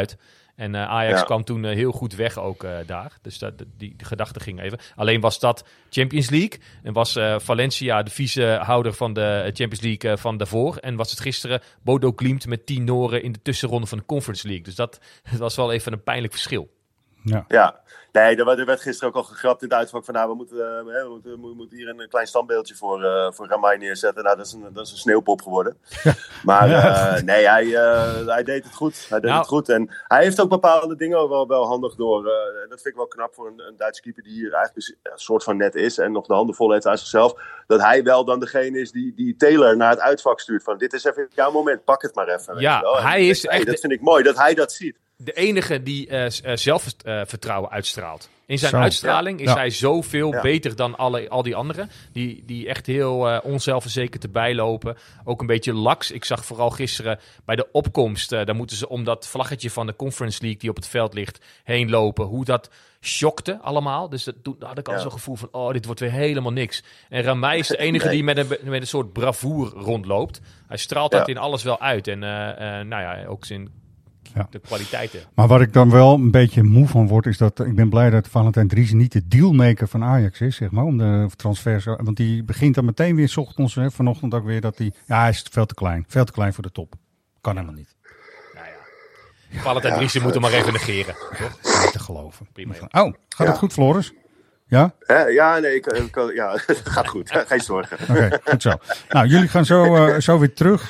En Ajax kwam toen heel goed weg ook daar. Dus die gedachte ging even. Alleen was dat Champions League. En was Valencia de vicehouder van de Champions League van daarvoor. En was het gisteren Bodo Glimt met 10 Noren in de tussenronde van de Conference League. Dus dat was wel even een pijnlijk verschil. Ja. Nee, er werd gisteren ook al gegrapt in het uitvak van we moeten hier een klein standbeeldje voor Ramai neerzetten. Nou, dat is een sneeuwpop geworden. Maar nee, hij deed het goed. Hij deed het goed. En hij heeft ook bepaalde dingen wel handig door. Dat vind ik wel knap voor een Duitse keeper die hier eigenlijk een soort van net is en nog de handen vol heeft aan zichzelf. Dat hij wel dan degene is die Taylor naar het uitvak stuurt. Van dit is even jouw moment, pak het maar even. Ja, hij is echt... Dat vind ik mooi, dat hij dat ziet. De enige die zelfvertrouwen uitstraalt. In zijn uitstraling is hij zoveel beter dan al die anderen. Die echt heel onzelfverzekerd erbij lopen. Ook een beetje laks. Ik zag vooral gisteren bij de opkomst. Daar moeten ze om dat vlaggetje van de Conference League die op het veld ligt heen lopen. Hoe dat shockte allemaal. Dus daar had ik al zo'n gevoel van dit wordt weer helemaal niks. En Ramai is de enige die met een soort bravoer rondloopt. Hij straalt dat in alles wel uit. En ook zijn... Ja. De kwaliteiten. Maar wat ik dan wel een beetje moe van word, is dat ik ben blij dat Valentijn Driessen niet de dealmaker van Ajax is, zeg maar, om de transfers. Want die begint dan meteen weer 's ochtends, vanochtend ook weer, dat hij is veel te klein voor de top. Kan helemaal niet. Nou ja. Valentijn Driessen moet hem maar even negeren. Toch? Niet te geloven. Prima. Gaat het goed, Floris? Ja? Het gaat goed. Geen zorgen. Oké, goed zo. Nou, jullie gaan zo weer terug.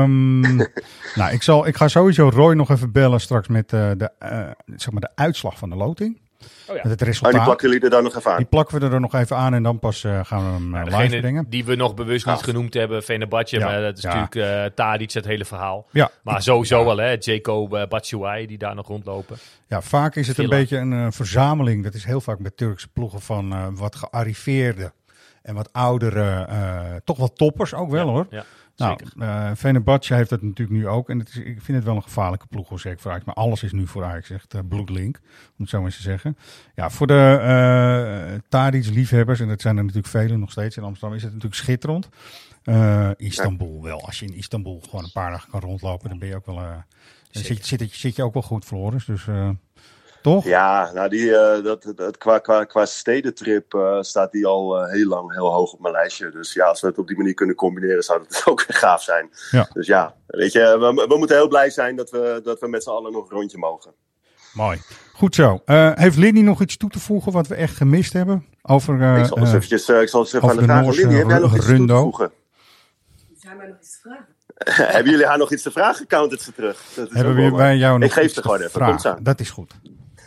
Ik ga sowieso Roy nog even bellen straks met de uitslag van de loting. Met het resultaat. Die plakken jullie er dan nog even aan? Die plakken we er nog even aan en dan pas gaan we hem live brengen. Die we nog bewust niet genoemd hebben, Fenerbahce, maar dat is natuurlijk Tadic, het hele verhaal. Ja. Maar sowieso wel, Jaco Batshuayi die daar nog rondlopen. Ja, vaak is het een beetje een verzameling. Dat is heel vaak bij Turkse ploegen van wat gearriveerde en wat oudere, toch wel toppers ook wel hoor. Ja. Nou, Fenerbahce heeft dat natuurlijk nu ook. En ik vind het wel een gevaarlijke ploeg, zeker voor Ajax. Maar alles is nu voor Ajax echt bloedlink, om het zo maar eens te zeggen. Ja, voor de Tadic-liefhebbers, en dat zijn er natuurlijk velen nog steeds in Amsterdam, is het natuurlijk schitterend. Istanbul wel. Als je in Istanbul gewoon een paar dagen kan rondlopen, dan ben je ook wel... zit je ook wel goed, Floris. Dus... Toch? Ja, nou qua stedentrip staat die al heel lang heel hoog op mijn lijstje. Dus ja, als we het op die manier kunnen combineren, zou dat ook gaaf zijn. Ja. Dus ja, weet je, we moeten heel blij zijn dat we met z'n allen nog een rondje mogen. Mooi. Goed zo. Heeft Lindy nog iets toe te voegen wat we echt gemist hebben? Over, ik zal eens even aan de vragen. Lindy, heb jij nog iets toe te voegen? Zijn mij nog iets te vragen? Hebben jullie haar nog iets te vragen? Count het ze terug. Hebben wij jou nog ik geef ze gewoon even. Komt aan. Dat is goed.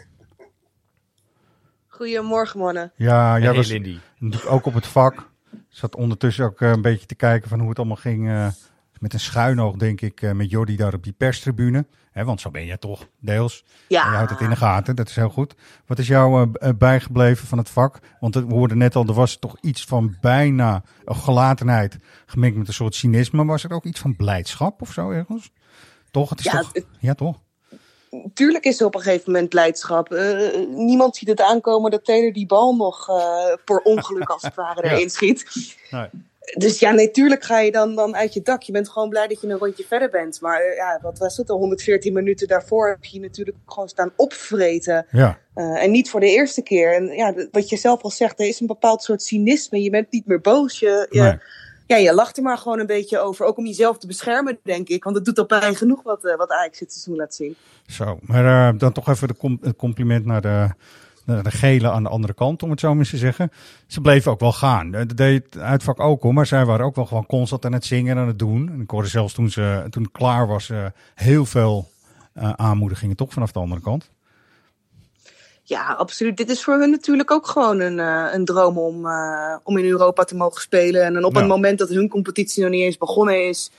Goedemorgen, mannen. Ja, jij was Lindy. Ook op het vak. Zat ondertussen ook een beetje te kijken van hoe het allemaal ging. Met een schuinoog, denk ik, met Jordi daar op die perstribune. Want zo ben jij toch, deels. Ja. En je houdt het in de gaten, dat is heel goed. Wat is jou bijgebleven van het vak? Want we hoorden net al, er was toch iets van bijna gelatenheid gemengd met een soort cynisme. Maar was er ook iets van blijdschap of zo ergens? Toch? Het is ja, toch? Tuurlijk is er op een gegeven moment blijdschap. Niemand ziet het aankomen dat Taylor die bal nog per ongeluk als het ware erin schiet. Nee. Dus ja, natuurlijk ga je dan uit je dak. Je bent gewoon blij dat je een rondje verder bent. Maar wat was het? Al 114 minuten daarvoor heb je natuurlijk gewoon staan opvreten. Ja. En niet voor de eerste keer. En wat je zelf al zegt, er is een bepaald soort cynisme. Je bent niet meer boos. Je lacht er maar gewoon een beetje over. Ook om jezelf te beschermen, denk ik. Want het doet al pijn genoeg wat Ajax dit seizoen laat zien. Zo, maar dan toch even het compliment naar de gele aan de andere kant, om het zo maar eens te zeggen. Ze bleven ook wel gaan. Dat deed het uitvak ook hoor, maar zij waren ook wel gewoon constant aan het zingen en aan het doen. En ik hoorde zelfs toen het klaar was heel veel aanmoedigingen toch vanaf de andere kant. Ja, absoluut. Dit is voor hun natuurlijk ook gewoon een droom om in Europa te mogen spelen. En op het moment dat hun competitie nog niet eens begonnen is.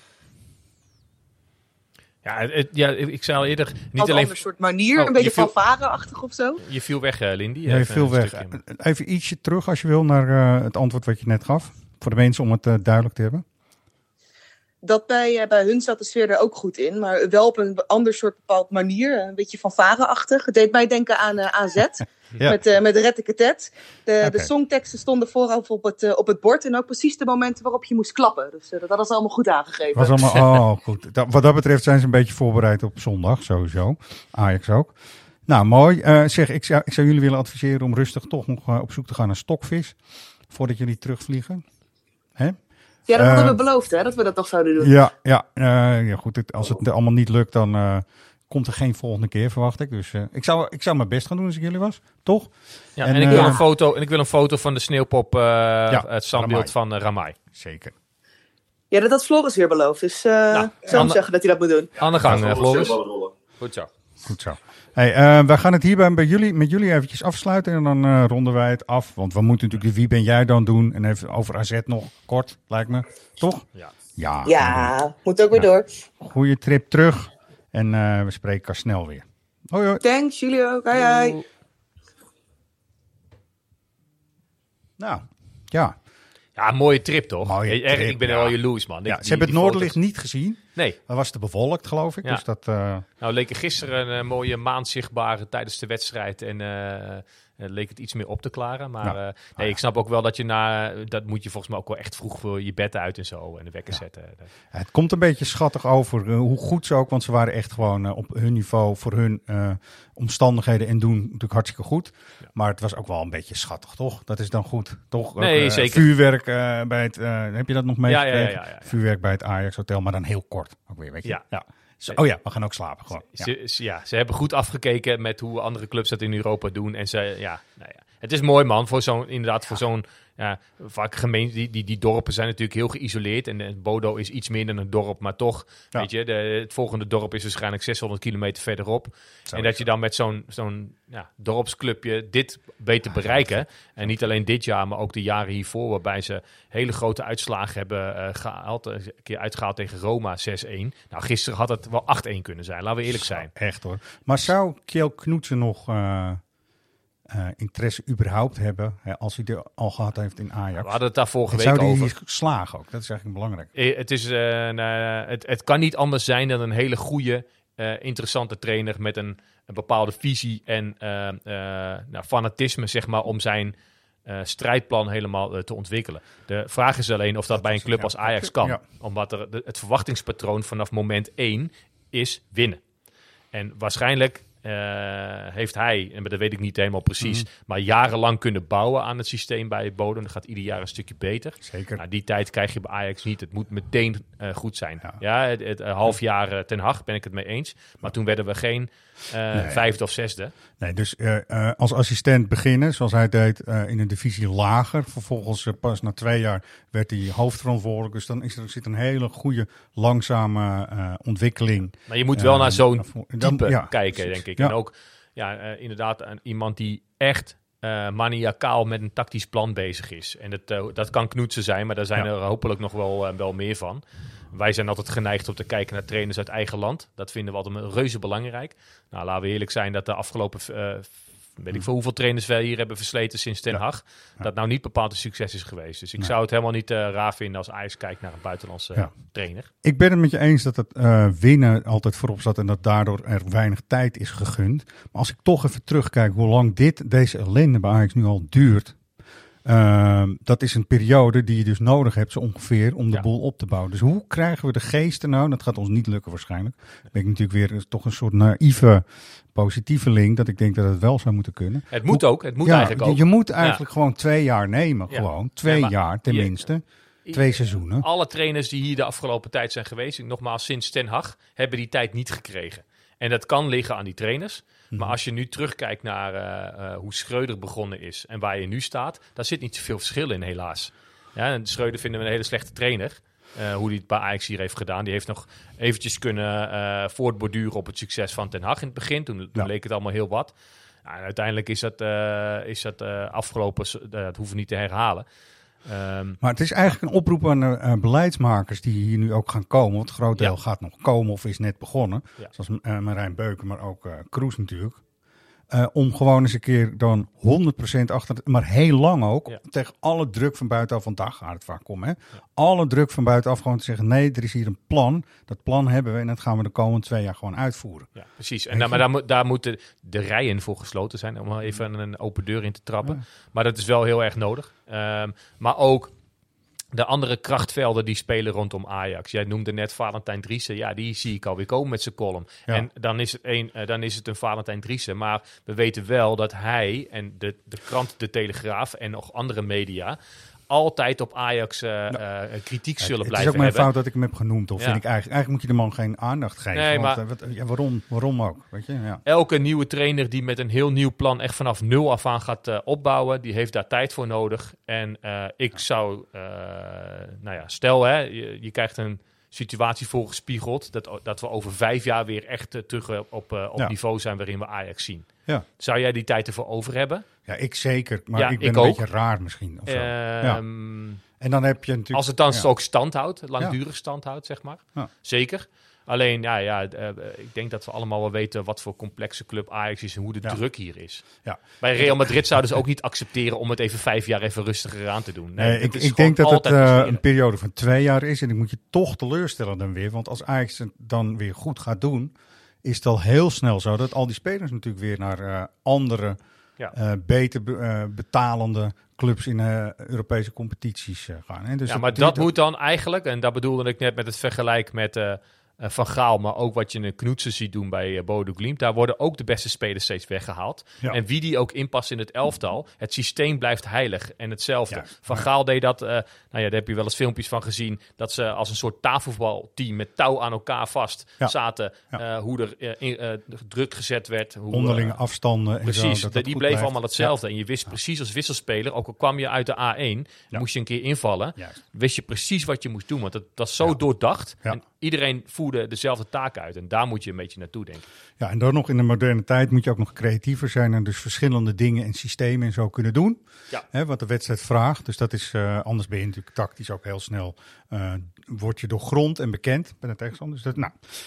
Ik zei al eerder... Niet alleen een soort manier, een beetje fanfare-achtig of zo. Je viel weg, Lindy. Ja, je viel weg. Even ietsje terug als je wil naar het antwoord wat je net gaf. Voor de mensen om het duidelijk te hebben. dat bij hun zat de sfeer er ook goed in. Maar wel op een ander soort bepaald manier. Een beetje fanfare-achtig. Het deed mij denken aan AZ. Met Retteketet. De songteksten stonden vooraf op het bord. En ook precies de momenten waarop je moest klappen. Dus dat hadden ze allemaal goed aangegeven. Was allemaal, goed. Wat dat betreft zijn ze een beetje voorbereid op zondag, sowieso. Ajax ook. Nou, mooi. Ik zou jullie willen adviseren om rustig toch nog op zoek te gaan naar stokvis. Voordat jullie terugvliegen. Hè? Ja, dat hadden we beloofd, hè? Dat we dat toch zouden doen. Ja, goed. Als het allemaal niet lukt, dan komt er geen volgende keer, verwacht ik. Dus ik zou mijn best gaan doen als ik jullie was. Toch? Ja, en ik wil een foto van de sneeuwpop, het standbeeld van Ramai. Zeker. Ja, dat had Floris weer beloofd. Dus zou hem zeggen dat hij dat moet doen. Aan de gang, Floris. Goed zo. Hey, wij gaan het hierbij met jullie eventjes afsluiten en dan ronden wij het af. Want we moeten natuurlijk de Wie ben jij dan doen en even over AZ nog kort, lijkt me. Toch? Ja, moet ook weer door. Goeie trip terug en we spreken elkaar snel weer. Hoi. Thanks, jullie ook. Hoi. Nou, ja. Ja, een mooie trip toch? Mooie trip, ik ben er al jaloers, man. Ze hebben het Noorderlicht niet gezien. Nee. Dat was te bewolkt, geloof ik. Ja. Dus dat, Nou, leek er gisteren een mooie maan zichtbaar tijdens de wedstrijd. En leek het iets meer op te klaren. Maar ik snap ook wel dat dat moet je volgens mij ook wel echt vroeg voor je bed uit en zo. En de wekker zetten. Het komt een beetje schattig over hoe goed ze ook. Want ze waren echt gewoon op hun niveau voor hun omstandigheden en doen natuurlijk hartstikke goed. Ja. Maar het was ook wel een beetje schattig, toch? Dat is dan goed, toch? Nee, ook, zeker. Vuurwerk bij het... heb je dat nog meegekregen? Ja. Vuurwerk bij het Ajax Hotel, maar dan heel kort. Ook weer, weet je? Ja. We gaan ook slapen gewoon. Ze hebben goed afgekeken met hoe andere clubs dat in Europa doen. En het is mooi, man, voor zo'n vaak die dorpen zijn natuurlijk heel geïsoleerd. En Bodo is iets meer dan een dorp, maar toch, weet je, het volgende dorp is waarschijnlijk 600 kilometer verderop. En dat je dan met zo'n dorpsclubje dit weet te bereiken. En niet alleen dit jaar, maar ook de jaren hiervoor, waarbij ze hele grote uitslagen hebben gehaald. Een keer uitgehaald tegen Roma 6-1. Nou, gisteren had het wel 8-1 kunnen zijn, laten we eerlijk zijn. Echt hoor. Maar zou Kjell Knoetsen nog... interesse überhaupt hebben als hij er al gehad heeft in Ajax. We hadden het daar vorige week over. Zou hij slagen ook? Dat is eigenlijk belangrijk. Het kan niet anders zijn dan een hele goede, interessante trainer met een bepaalde visie en fanatisme, zeg maar, om zijn strijdplan helemaal te ontwikkelen. De vraag is alleen of dat bij een club als Ajax kan. Ja. Omdat het verwachtingspatroon vanaf moment 1 is winnen. En waarschijnlijk... heeft hij, en dat weet ik niet helemaal precies, maar jarenlang kunnen bouwen aan het systeem bij Bodem. Dat gaat ieder jaar een stukje beter. Zeker. Nou, die tijd krijg je bij Ajax niet. Het moet meteen goed zijn. Het half jaar Ten Hag ben ik het mee eens. Maar toen werden we geen vijfde of zesde. Nee, dus als assistent beginnen, zoals hij deed, in een divisie lager. Vervolgens pas na 2 jaar werd hij hoofdverantwoordelijk. Dus dan zit een hele goede, langzame ontwikkeling. Maar je moet wel naar zo'n type kijken, denk ik. Ja. En ook inderdaad iemand die echt maniacaal met een tactisch plan bezig is. En dat kan Knoetsen zijn, maar daar zijn er hopelijk nog wel meer van. Wij zijn altijd geneigd om te kijken naar trainers uit eigen land. Dat vinden we altijd reuze belangrijk. Nou, laten we eerlijk zijn dat de afgelopen... weet ik veel hoeveel trainers wij hier hebben versleten sinds Ten Hag. Dat nou niet bepaald een succes is geweest. Dus ik zou het helemaal niet raar vinden als Ajax kijkt naar een buitenlandse trainer. Ik ben het met je eens dat het winnen altijd voorop zat en dat daardoor er weinig tijd is gegund. Maar als ik toch even terugkijk hoe lang deze ellende bij Ajax nu al duurt. Dat is een periode die je dus nodig hebt zo ongeveer om de boel op te bouwen. Dus hoe krijgen we de geesten nou? Dat gaat ons niet lukken waarschijnlijk. Dan ben ik natuurlijk weer toch een soort naïeve positieve link dat ik denk dat het wel zou moeten kunnen. Het moet eigenlijk ook. Je moet eigenlijk gewoon 2 jaar nemen. Gewoon 2 jaar tenminste. 2 seizoenen. Alle trainers die hier de afgelopen tijd zijn geweest, nogmaals sinds Ten Hag, hebben die tijd niet gekregen. En dat kan liggen aan die trainers. Maar als je nu terugkijkt naar hoe Schreuder begonnen is en waar je nu staat, daar zit niet zoveel verschil in, helaas. Ja, en Schreuder vinden we een hele slechte trainer. Hoe hij het bij Ajax hier heeft gedaan. Die heeft nog eventjes kunnen voortborduren op het succes van Ten Hag in het begin. Toen leek het allemaal heel wat. Nou, en uiteindelijk is dat afgelopen. Dat hoeven we niet te herhalen. Maar het is eigenlijk een oproep aan beleidsmakers die hier nu ook gaan komen. Want het groot deel gaat nog komen of is net begonnen. Ja. Zoals Marijn Beuken, maar ook Kroes natuurlijk. Om gewoon eens een keer dan 100% achter, maar heel lang ook, tegen alle druk van buitenaf, want daar gaat het vaak om. Hè? Ja. Alle druk van buitenaf gewoon te zeggen, nee, er is hier een plan. Dat plan hebben we en dat gaan we de komende 2 jaar gewoon uitvoeren. Ja, precies. En maar daar moeten de rijen voor gesloten zijn, om even een open deur in te trappen. Ja. Maar dat is wel heel erg nodig. Maar ook de andere krachtvelden die spelen rondom Ajax. Jij noemde net Valentijn Driessen. Ja, die zie ik alweer komen met zijn column. Ja. En dan is het een Valentijn Driessen. Maar we weten wel dat hij en de krant De Telegraaf en nog andere media altijd op Ajax kritiek zullen blijven hebben. Het is ook mijn fout dat ik hem heb genoemd. Of vind ik eigenlijk moet je de man geen aandacht geven. Nee, waarom ook? Weet je? Ja. Elke nieuwe trainer die met een heel nieuw plan echt vanaf 0 af aan gaat opbouwen, die heeft daar tijd voor nodig. En ik zou, stel je krijgt een situatie voorgespiegeld dat we over 5 jaar weer echt terug op niveau zijn waarin we Ajax zien. Ja. Zou jij die tijd ervoor over hebben? Ja, ik zeker. Maar ik ben een beetje raar misschien. Of zo. En dan heb je natuurlijk... Als het dan ook stand houdt, langdurig stand houdt, zeg maar. Ja. Zeker. Alleen, ik denk dat we allemaal wel weten wat voor complexe club Ajax is en hoe de druk hier is. Ja. Bij Real Madrid zouden ze ook niet accepteren om het even 5 jaar even rustiger aan te doen. Nee, ik denk dat het een periode van 2 jaar is en ik moet je toch teleurstellen dan weer. Want als Ajax het dan weer goed gaat doen, is het al heel snel zo dat al die spelers natuurlijk weer naar andere, beter betalende clubs in Europese competities gaan. Hè? Dus maar dat moet dan eigenlijk, en dat bedoelde ik net met het vergelijk met Van Gaal, maar ook wat je in Knoetsen ziet doen bij Bodo Glimt. Daar worden ook de beste spelers steeds weggehaald. Ja. En wie die ook inpast in het elftal, het systeem blijft heilig en hetzelfde. Ja. Van Gaal deed dat, daar heb je wel eens filmpjes van gezien, dat ze als een soort tafelvoetbalteam met touw aan elkaar vast zaten. Ja. Hoe er druk gezet werd. Hoe, onderlinge afstanden. Precies, en zo, die bleven allemaal hetzelfde. Ja. En je wist precies als wisselspeler, ook al kwam je uit de A1, moest je een keer invallen. Juist. Wist je precies wat je moest doen, want dat was zo doordacht. Ja. En iedereen voerde dezelfde taak uit. En daar moet je een beetje naartoe denken. Ja, en dan nog in de moderne tijd moet je ook nog creatiever zijn en dus verschillende dingen en systemen en zo kunnen doen. Ja. Hè, wat de wedstrijd vraagt. Dus dat is, anders ben je natuurlijk tactisch ook heel snel, word je doorgrond en bekend bij de tegenstander. Dus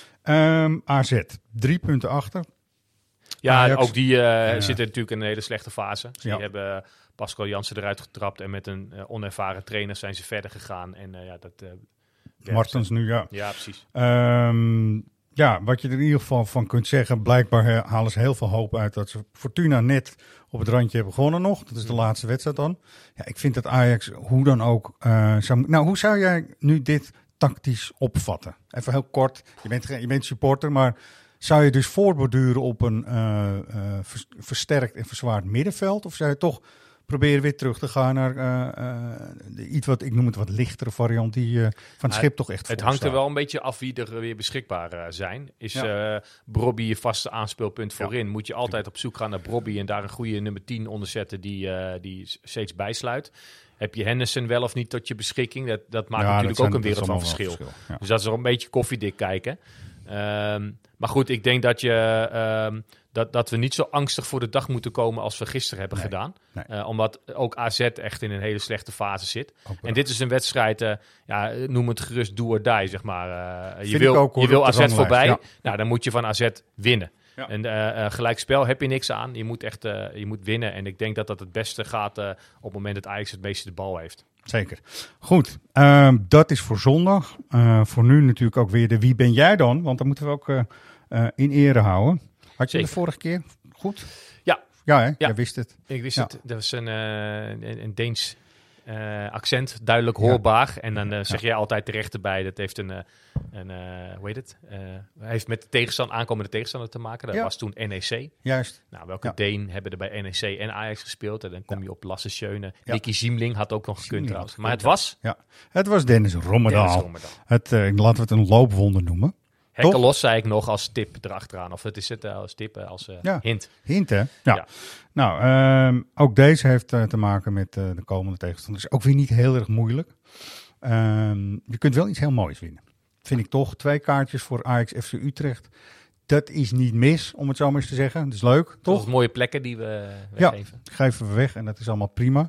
AZ, 3 punten achter. Ja, Ajax, ook die zitten natuurlijk in een hele slechte fase. Die hebben Pascal Jansen eruit getrapt en met een onervaren trainer zijn ze verder gegaan. En Martens nu, ja. Ja, precies. Wat je er in ieder geval van kunt zeggen, blijkbaar halen ze heel veel hoop uit dat ze Fortuna net op het randje hebben gewonnen nog. Dat is de laatste wedstrijd dan. Ja, ik vind dat Ajax hoe dan ook hoe zou jij nu dit tactisch opvatten? Even heel kort. Je bent supporter, maar zou je dus voortborduren op een versterkt en verzwaard middenveld? Of zou je toch proberen weer terug te gaan naar iets wat, ik noem het wat lichtere variant die van het schip toch echt Het hangt er wel een beetje af wie er weer beschikbaar zijn. Is Brobby je vaste aanspeelpunt voorin? Moet je altijd op zoek gaan naar Brobby en daar een goede nummer 10 onder zetten die steeds bijsluit? Heb je Henderson wel of niet tot je beschikking? Dat maakt natuurlijk ook een wereld van verschil. Ja. Dus dat is er een beetje koffiedik kijken. Maar goed, ik denk dat dat we niet zo angstig voor de dag moeten komen als we gisteren hebben gedaan. Nee. Omdat ook AZ echt in een hele slechte fase zit. En dit is een wedstrijd, noem het gerust do or die, zeg maar. Je wil AZ voorbij, dan moet je van AZ winnen. Ja. En gelijkspel heb je niks aan. Je moet echt je moet winnen. En ik denk dat het beste gaat op het moment dat Ajax het meeste de bal heeft. Zeker. Goed, dat is voor zondag. Voor nu natuurlijk ook weer de Wie ben jij dan? Want dat moeten we ook in ere houden. Had je de vorige keer goed? Ja. Ja, hè? Jij wist het. Ik wist het. Dat was een Deens accent, duidelijk hoorbaar. En dan zeg jij altijd terecht erbij, dat heeft hoe heet het? Hij heeft met de aankomende tegenstander te maken. Dat was toen NEC. Juist. Nou, welke Deen hebben er bij NEC en Ajax gespeeld? En dan kom je op Lasse Schöne. Nicky Ziemling had ook nog gekund trouwens. Maar het was? Ja, het was Dennis Rommedaal. Laten we het een loopwonder noemen. Hekken los, zei ik nog, als tip erachteraan. Of het is het als tip, als hint. Hint, hè? Ja. Nou, ook deze heeft te maken met de komende tegenstanders. Ook weer niet heel erg moeilijk. Je kunt wel iets heel moois winnen. Vind ik toch. 2 kaartjes voor Ajax FC Utrecht. Dat is niet mis, om het zo maar eens te zeggen. Dat is leuk, toch? Dat mooie plekken die we weggeven. Ja, geven we weg en dat is allemaal prima.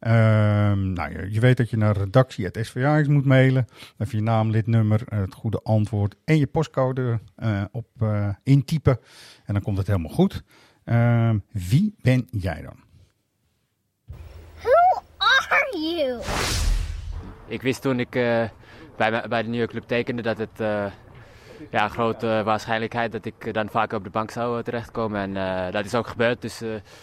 Je weet dat je naar redactie@svAjax moet mailen. Even je naam, lidnummer, het goede antwoord en je postcode op intypen. En dan komt het helemaal goed. Wie ben jij dan? Who are you? Ik wist toen ik bij de nieuwe club tekende dat het een grote waarschijnlijkheid dat ik dan vaak op de bank zou terechtkomen. En dat is ook gebeurd. Dus,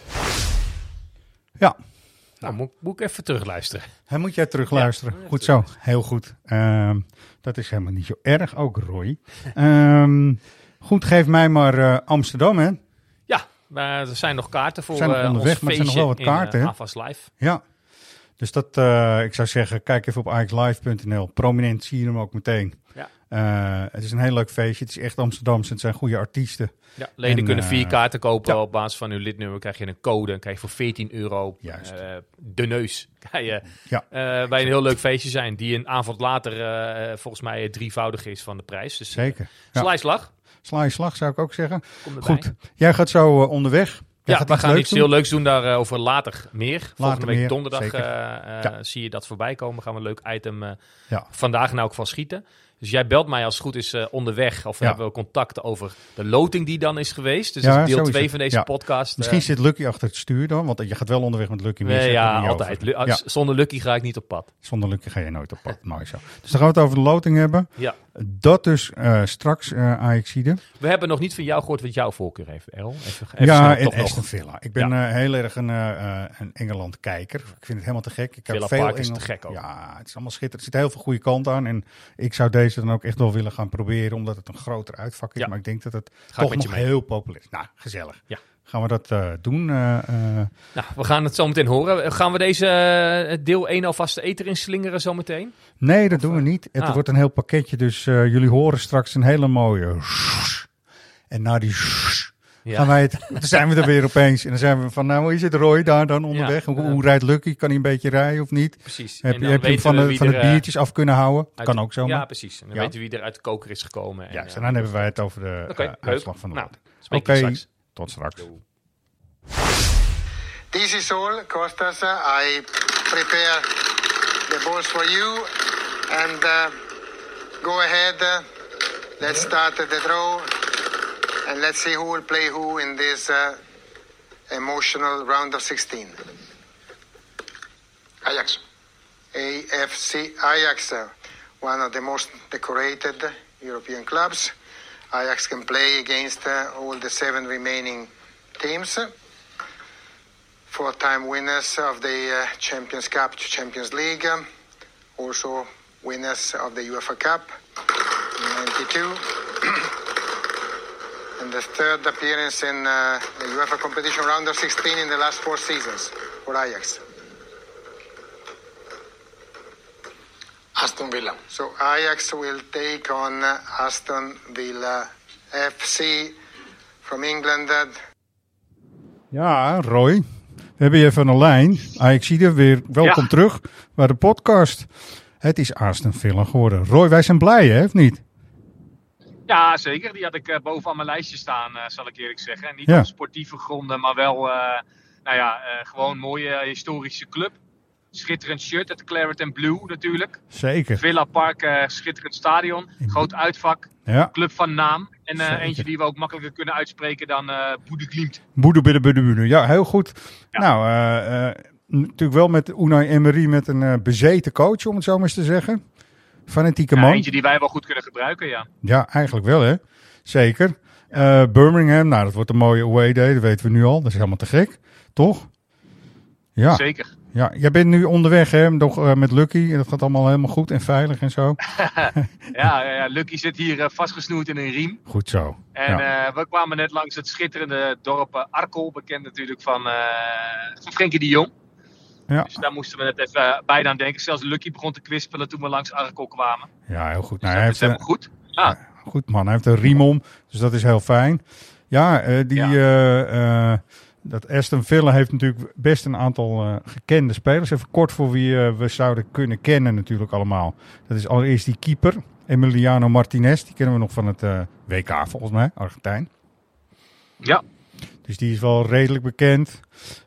Ja. Nou, moet ik even terugluisteren. Moet jij terugluisteren. Ja, goed zo, heel goed. Dat is helemaal niet zo erg, ook Roy. Goed, geef mij maar Amsterdam, hè? Ja, er zijn nog kaarten voor zijn nog onderweg, maar er zijn nog wel wat kaarten. In Avas Live. Ja, dus dat, ik zou zeggen, kijk even op ajaxlive.nl. Prominent zie je hem ook meteen. Ja. Het is een heel leuk feestje. Het is echt Amsterdamse. Het zijn goede artiesten. Ja, leden kunnen 4 kaarten kopen. Op basis van uw lidnummer krijg je een code. En krijg je voor €14 de neus. Kan je bij een heel leuk feestje zijn. Die een avond later volgens mij 3-voudig is van de prijs. Dus, zeker. Slijslag. Slijslag zou ik ook zeggen. Goed, jij gaat zo onderweg. We gaan iets heel leuks doen daarover later meer. Volgende week donderdag zie je dat voorbij komen. Gaan we een leuk item vandaag in elk geval schieten. Dus jij belt mij als het goed is onderweg. Of hebben we contact over de loting die dan is geweest. Dus dat is deel 2 van deze podcast. Misschien zit Lucky achter het stuur dan. Want je gaat wel onderweg met Lucky. Nee, altijd. Zonder Lucky ga ik niet op pad. Zonder Lucky ga je nooit op pad. Mooi zo. Dus dan gaan we het over de loting hebben. Ja. Dat dus straks Ajaxide. We hebben nog niet van jou gehoord wat jouw voorkeur heeft, El. Even in Aston Villa. Ik ben heel erg een Engeland-kijker. Ik vind het helemaal te gek. Ik heb Villa veel Park is te gek ook. Ja, het is allemaal schitterend. Er zit heel veel goede kant aan. En ik zou deze dan ook echt wel willen gaan proberen. Omdat het een groter uitvak is. Maar ik denk dat het toch nog heel populair is. Nou, gezellig. Ja. Gaan we dat doen? We gaan het zo meteen horen. Gaan we deze deel 1 alvast de eter in slingeren zo meteen? Nee, dat doen we niet. Het wordt een heel pakketje. Dus jullie horen straks een hele mooie... En na die... gaan wij het... Dan zijn we er weer opeens. En dan zijn we van, hoe is het Roy daar dan onderweg? Hoe rijdt Lucky? Kan hij een beetje rijden of niet? Precies. Heb je hem van de biertjes af kunnen houden? Kan ook zo. Ja, precies. En dan weten we wie er uit de koker is gekomen. En dan hebben wij het over de uitslag van de loting. Oké, tot straks. This is all, Kostas. I prepare the balls for you. And go ahead. Let's start the draw. And let's see who will play who in this emotional round of 16. Ajax. AFC Ajax, one of the most decorated European clubs. Ajax can play against all the 7 remaining teams. 4-time winners of the Champions Cup, Champions League. Also winners of the UEFA Cup in 92. And the 3rd appearance in the UEFA competition round of 16 in the last 4 seasons for Ajax. Aston Villa. So Ajax will take on Aston Villa FC from England. Ja, Roy. We hebben je even aan de lijn. Ajaxide, weer welkom terug bij de podcast. Het is Aston Villa geworden. Roy, wij zijn blij, hè, of niet? Ja, zeker. Die had ik bovenaan mijn lijstje staan, zal ik eerlijk zeggen. Niet op sportieve gronden, maar wel gewoon een mooie historische club. Schitterend shirt, het Claret and Blue natuurlijk. Zeker. Villa Park, schitterend stadion. Groot uitvak. Ja. Club van naam. En eentje die we ook makkelijker kunnen uitspreken dan Boede Glimt. Boede. Ja, heel goed. Ja. Nou, natuurlijk wel met Unai Emery met een bezeten coach, om het zo maar eens te zeggen. Fanatieke man. Eentje die wij wel goed kunnen gebruiken, ja. Ja, eigenlijk wel, hè. Zeker. Birmingham, nou, dat wordt een mooie away day, dat weten we nu al. Dat is helemaal te gek, toch? Ja. Zeker. Ja, jij bent nu onderweg, hè, nog met Lucky. En dat gaat allemaal helemaal goed en veilig en zo. ja, Lucky zit hier vastgesnoerd in een riem. Goed zo. En we kwamen net langs het schitterende dorp Arkel, bekend natuurlijk van Frenkie de Jong. Ja. Dus daar moesten we net even bij aan denken. Zelfs Lucky begon te kwispelen toen we langs Arkel kwamen. Ja, heel goed. Dus dat is helemaal goed. Ja. Goed man, hij heeft een riem om, dus dat is heel fijn. Ja, dat Aston Villa heeft natuurlijk best een aantal gekende spelers. Even kort voor wie we zouden kunnen kennen natuurlijk allemaal. Dat is allereerst die keeper, Emiliano Martinez. Die kennen we nog van het WK volgens mij, Argentijn. Ja. Dus die is wel redelijk bekend.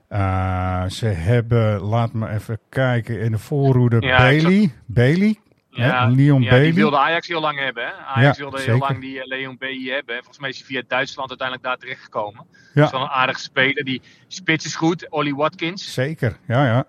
Ze hebben, laat me even kijken, in de voorhoede Bailey. Leon Bailey. Die wilde Ajax heel lang hebben. Hè? Ajax wilde heel lang die Leon Bailey hebben. Volgens mij is hij via Duitsland uiteindelijk daar terechtgekomen. Ja. Dat is wel een aardige speler. Die spits is goed. Ollie Watkins. Zeker, ja.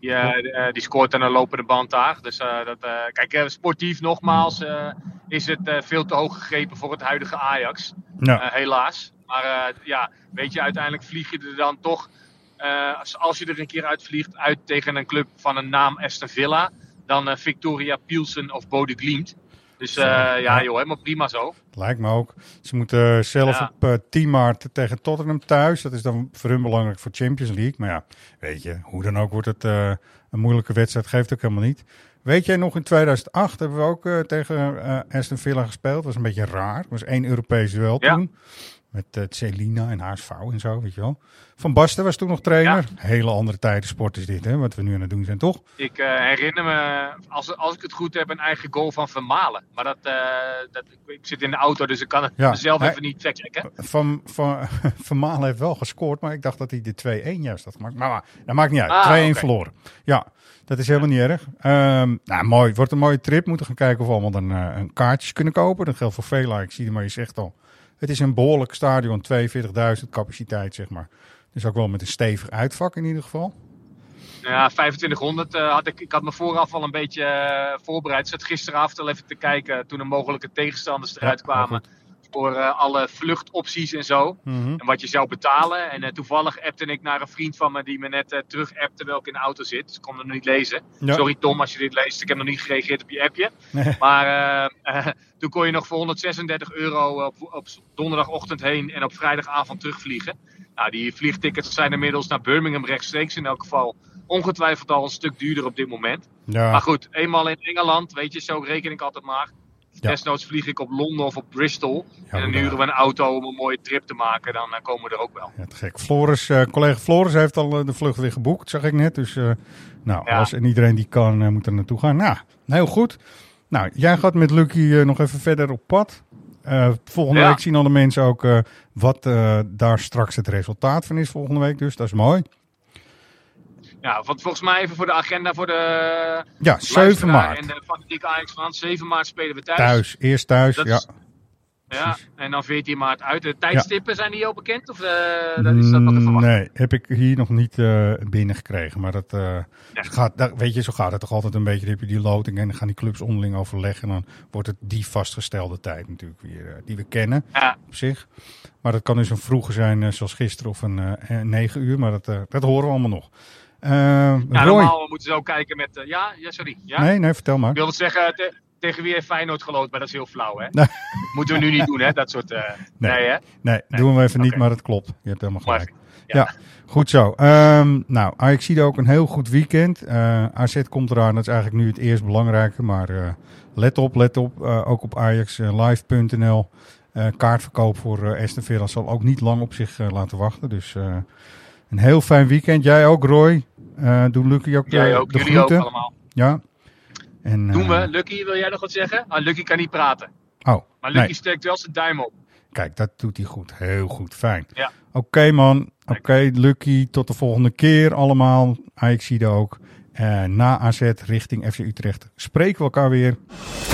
Die scoort aan een lopende band daar. Dus kijk, sportief nogmaals is het veel te hoog gegrepen voor het huidige Ajax. Ja. Helaas. Maar weet je, uiteindelijk vlieg je er dan toch, als je er een keer uitvliegt, uit tegen een club van een naam Aston Villa, dan Victoria Pilsen of Bode Glimt. Dus joh, helemaal prima zo. Lijkt me ook. Ze moeten zelf op 10 maart tegen Tottenham thuis. Dat is dan voor hun belangrijk voor Champions League. Maar ja, weet je, hoe dan ook wordt het een moeilijke wedstrijd. Geeft ook helemaal niet. Weet jij nog, in 2008 hebben we ook tegen Aston Villa gespeeld. Dat was een beetje raar. Het was 1 Europees duel toen. Met Celina en HSV en zo, weet je wel. Van Basten was toen nog trainer. Ja. Hele andere tijden sport is dit, hè, wat we nu aan het doen zijn, toch? Ik herinner me, als ik het goed heb, een eigen goal van Vermalen. Maar ik zit in de auto, dus ik kan het mezelf even niet checken. Vermalen heeft wel gescoord, maar ik dacht dat hij de 2-1 juist had gemaakt. Maar dat maakt niet uit. 2-1 verloren. Ja, dat is helemaal niet erg. Mooi. Het wordt een mooie trip. Moeten gaan kijken of we allemaal dan een kaartjes kunnen kopen. Dat geldt voor velen. Ik zie het, maar je zegt al. Het is een behoorlijk stadion, 42.000 capaciteit, zeg maar. Dus ook wel met een stevig uitvak in ieder geval. Ja, 2500 had ik had me vooraf al een beetje voorbereid. Ik zat gisteravond al even te kijken toen er mogelijke tegenstanders eruit kwamen. Voor alle vluchtopties en zo. En wat je zou betalen. En toevallig appte ik naar een vriend van me die me net terug appte terwijl ik in de auto zit. Dus ik kon het nog niet lezen. Ja. Sorry Tom als je dit leest. Ik heb nog niet gereageerd op je appje. Nee. Maar toen kon je nog voor €136 op donderdagochtend heen en op vrijdagavond terugvliegen. Nou, die vliegtickets zijn inmiddels naar Birmingham rechtstreeks in elk geval. Ongetwijfeld al een stuk duurder op dit moment. Ja. Maar goed, eenmaal in Engeland, weet je, zo reken ik altijd maar. Ja. Desnoods vlieg ik op Londen of op Bristol. En dan huren we een auto om een mooie trip te maken. Dan komen we er ook wel. Ja, te gek. Collega Floris heeft al de vlucht weer geboekt, zag ik net. Dus als en iedereen die kan, moet er naartoe gaan. Nou, heel goed. Nou, jij gaat met Lucky nog even verder op pad. Volgende week zien alle mensen ook wat daar straks het resultaat van is volgende week. Dus dat is mooi. Ja, volgens mij even voor de agenda voor de 7 maart. En de fanatieke Ajax-fans. 7 maart spelen we thuis. Eerst thuis, Ja, en dan 14 maart uit. De tijdstippen, zijn die al bekend? Of dat is dat nog te verwachten? Nee, heb ik hier nog niet binnengekregen. Maar weet je, zo gaat het toch altijd een beetje. Dan heb je die loting en dan gaan die clubs onderling overleggen. En dan wordt het die vastgestelde tijd natuurlijk weer die we kennen op zich. Maar dat kan dus een vroege zijn zoals gisteren of een 9 uur. Maar dat horen we allemaal nog. Normaal moeten ze ook kijken met... sorry. Ja? Nee, vertel maar. Ik wilde zeggen, tegen wie heeft Feyenoord geloot, maar dat is heel flauw, hè? Nee. Moeten we nu niet doen, hè? Dat soort... Nee, doen we even niet, maar dat klopt. Je hebt helemaal gelijk. Ja, goed zo. Ik zie ook een heel goed weekend. AZ komt eraan, dat is eigenlijk nu het eerst belangrijke. Maar let op. Ook op ajaxlive.nl. Kaartverkoop voor Aston Villa zal ook niet lang op zich laten wachten. Dus... een heel fijn weekend. Jij ook, Roy. Doe Lucky ook Jij ook, de jullie groeten. ook allemaal. Ja. En, doen we. Lucky, wil jij nog wat zeggen? Lucky kan niet praten. Oh, maar Lucky steekt wel zijn duim op. Kijk, dat doet hij goed. Heel goed. Fijn. Ja. Oké, man. Oké, Lucky. Tot de volgende keer allemaal. Ajax zie je ook. Na AZ richting FC Utrecht spreken we elkaar weer.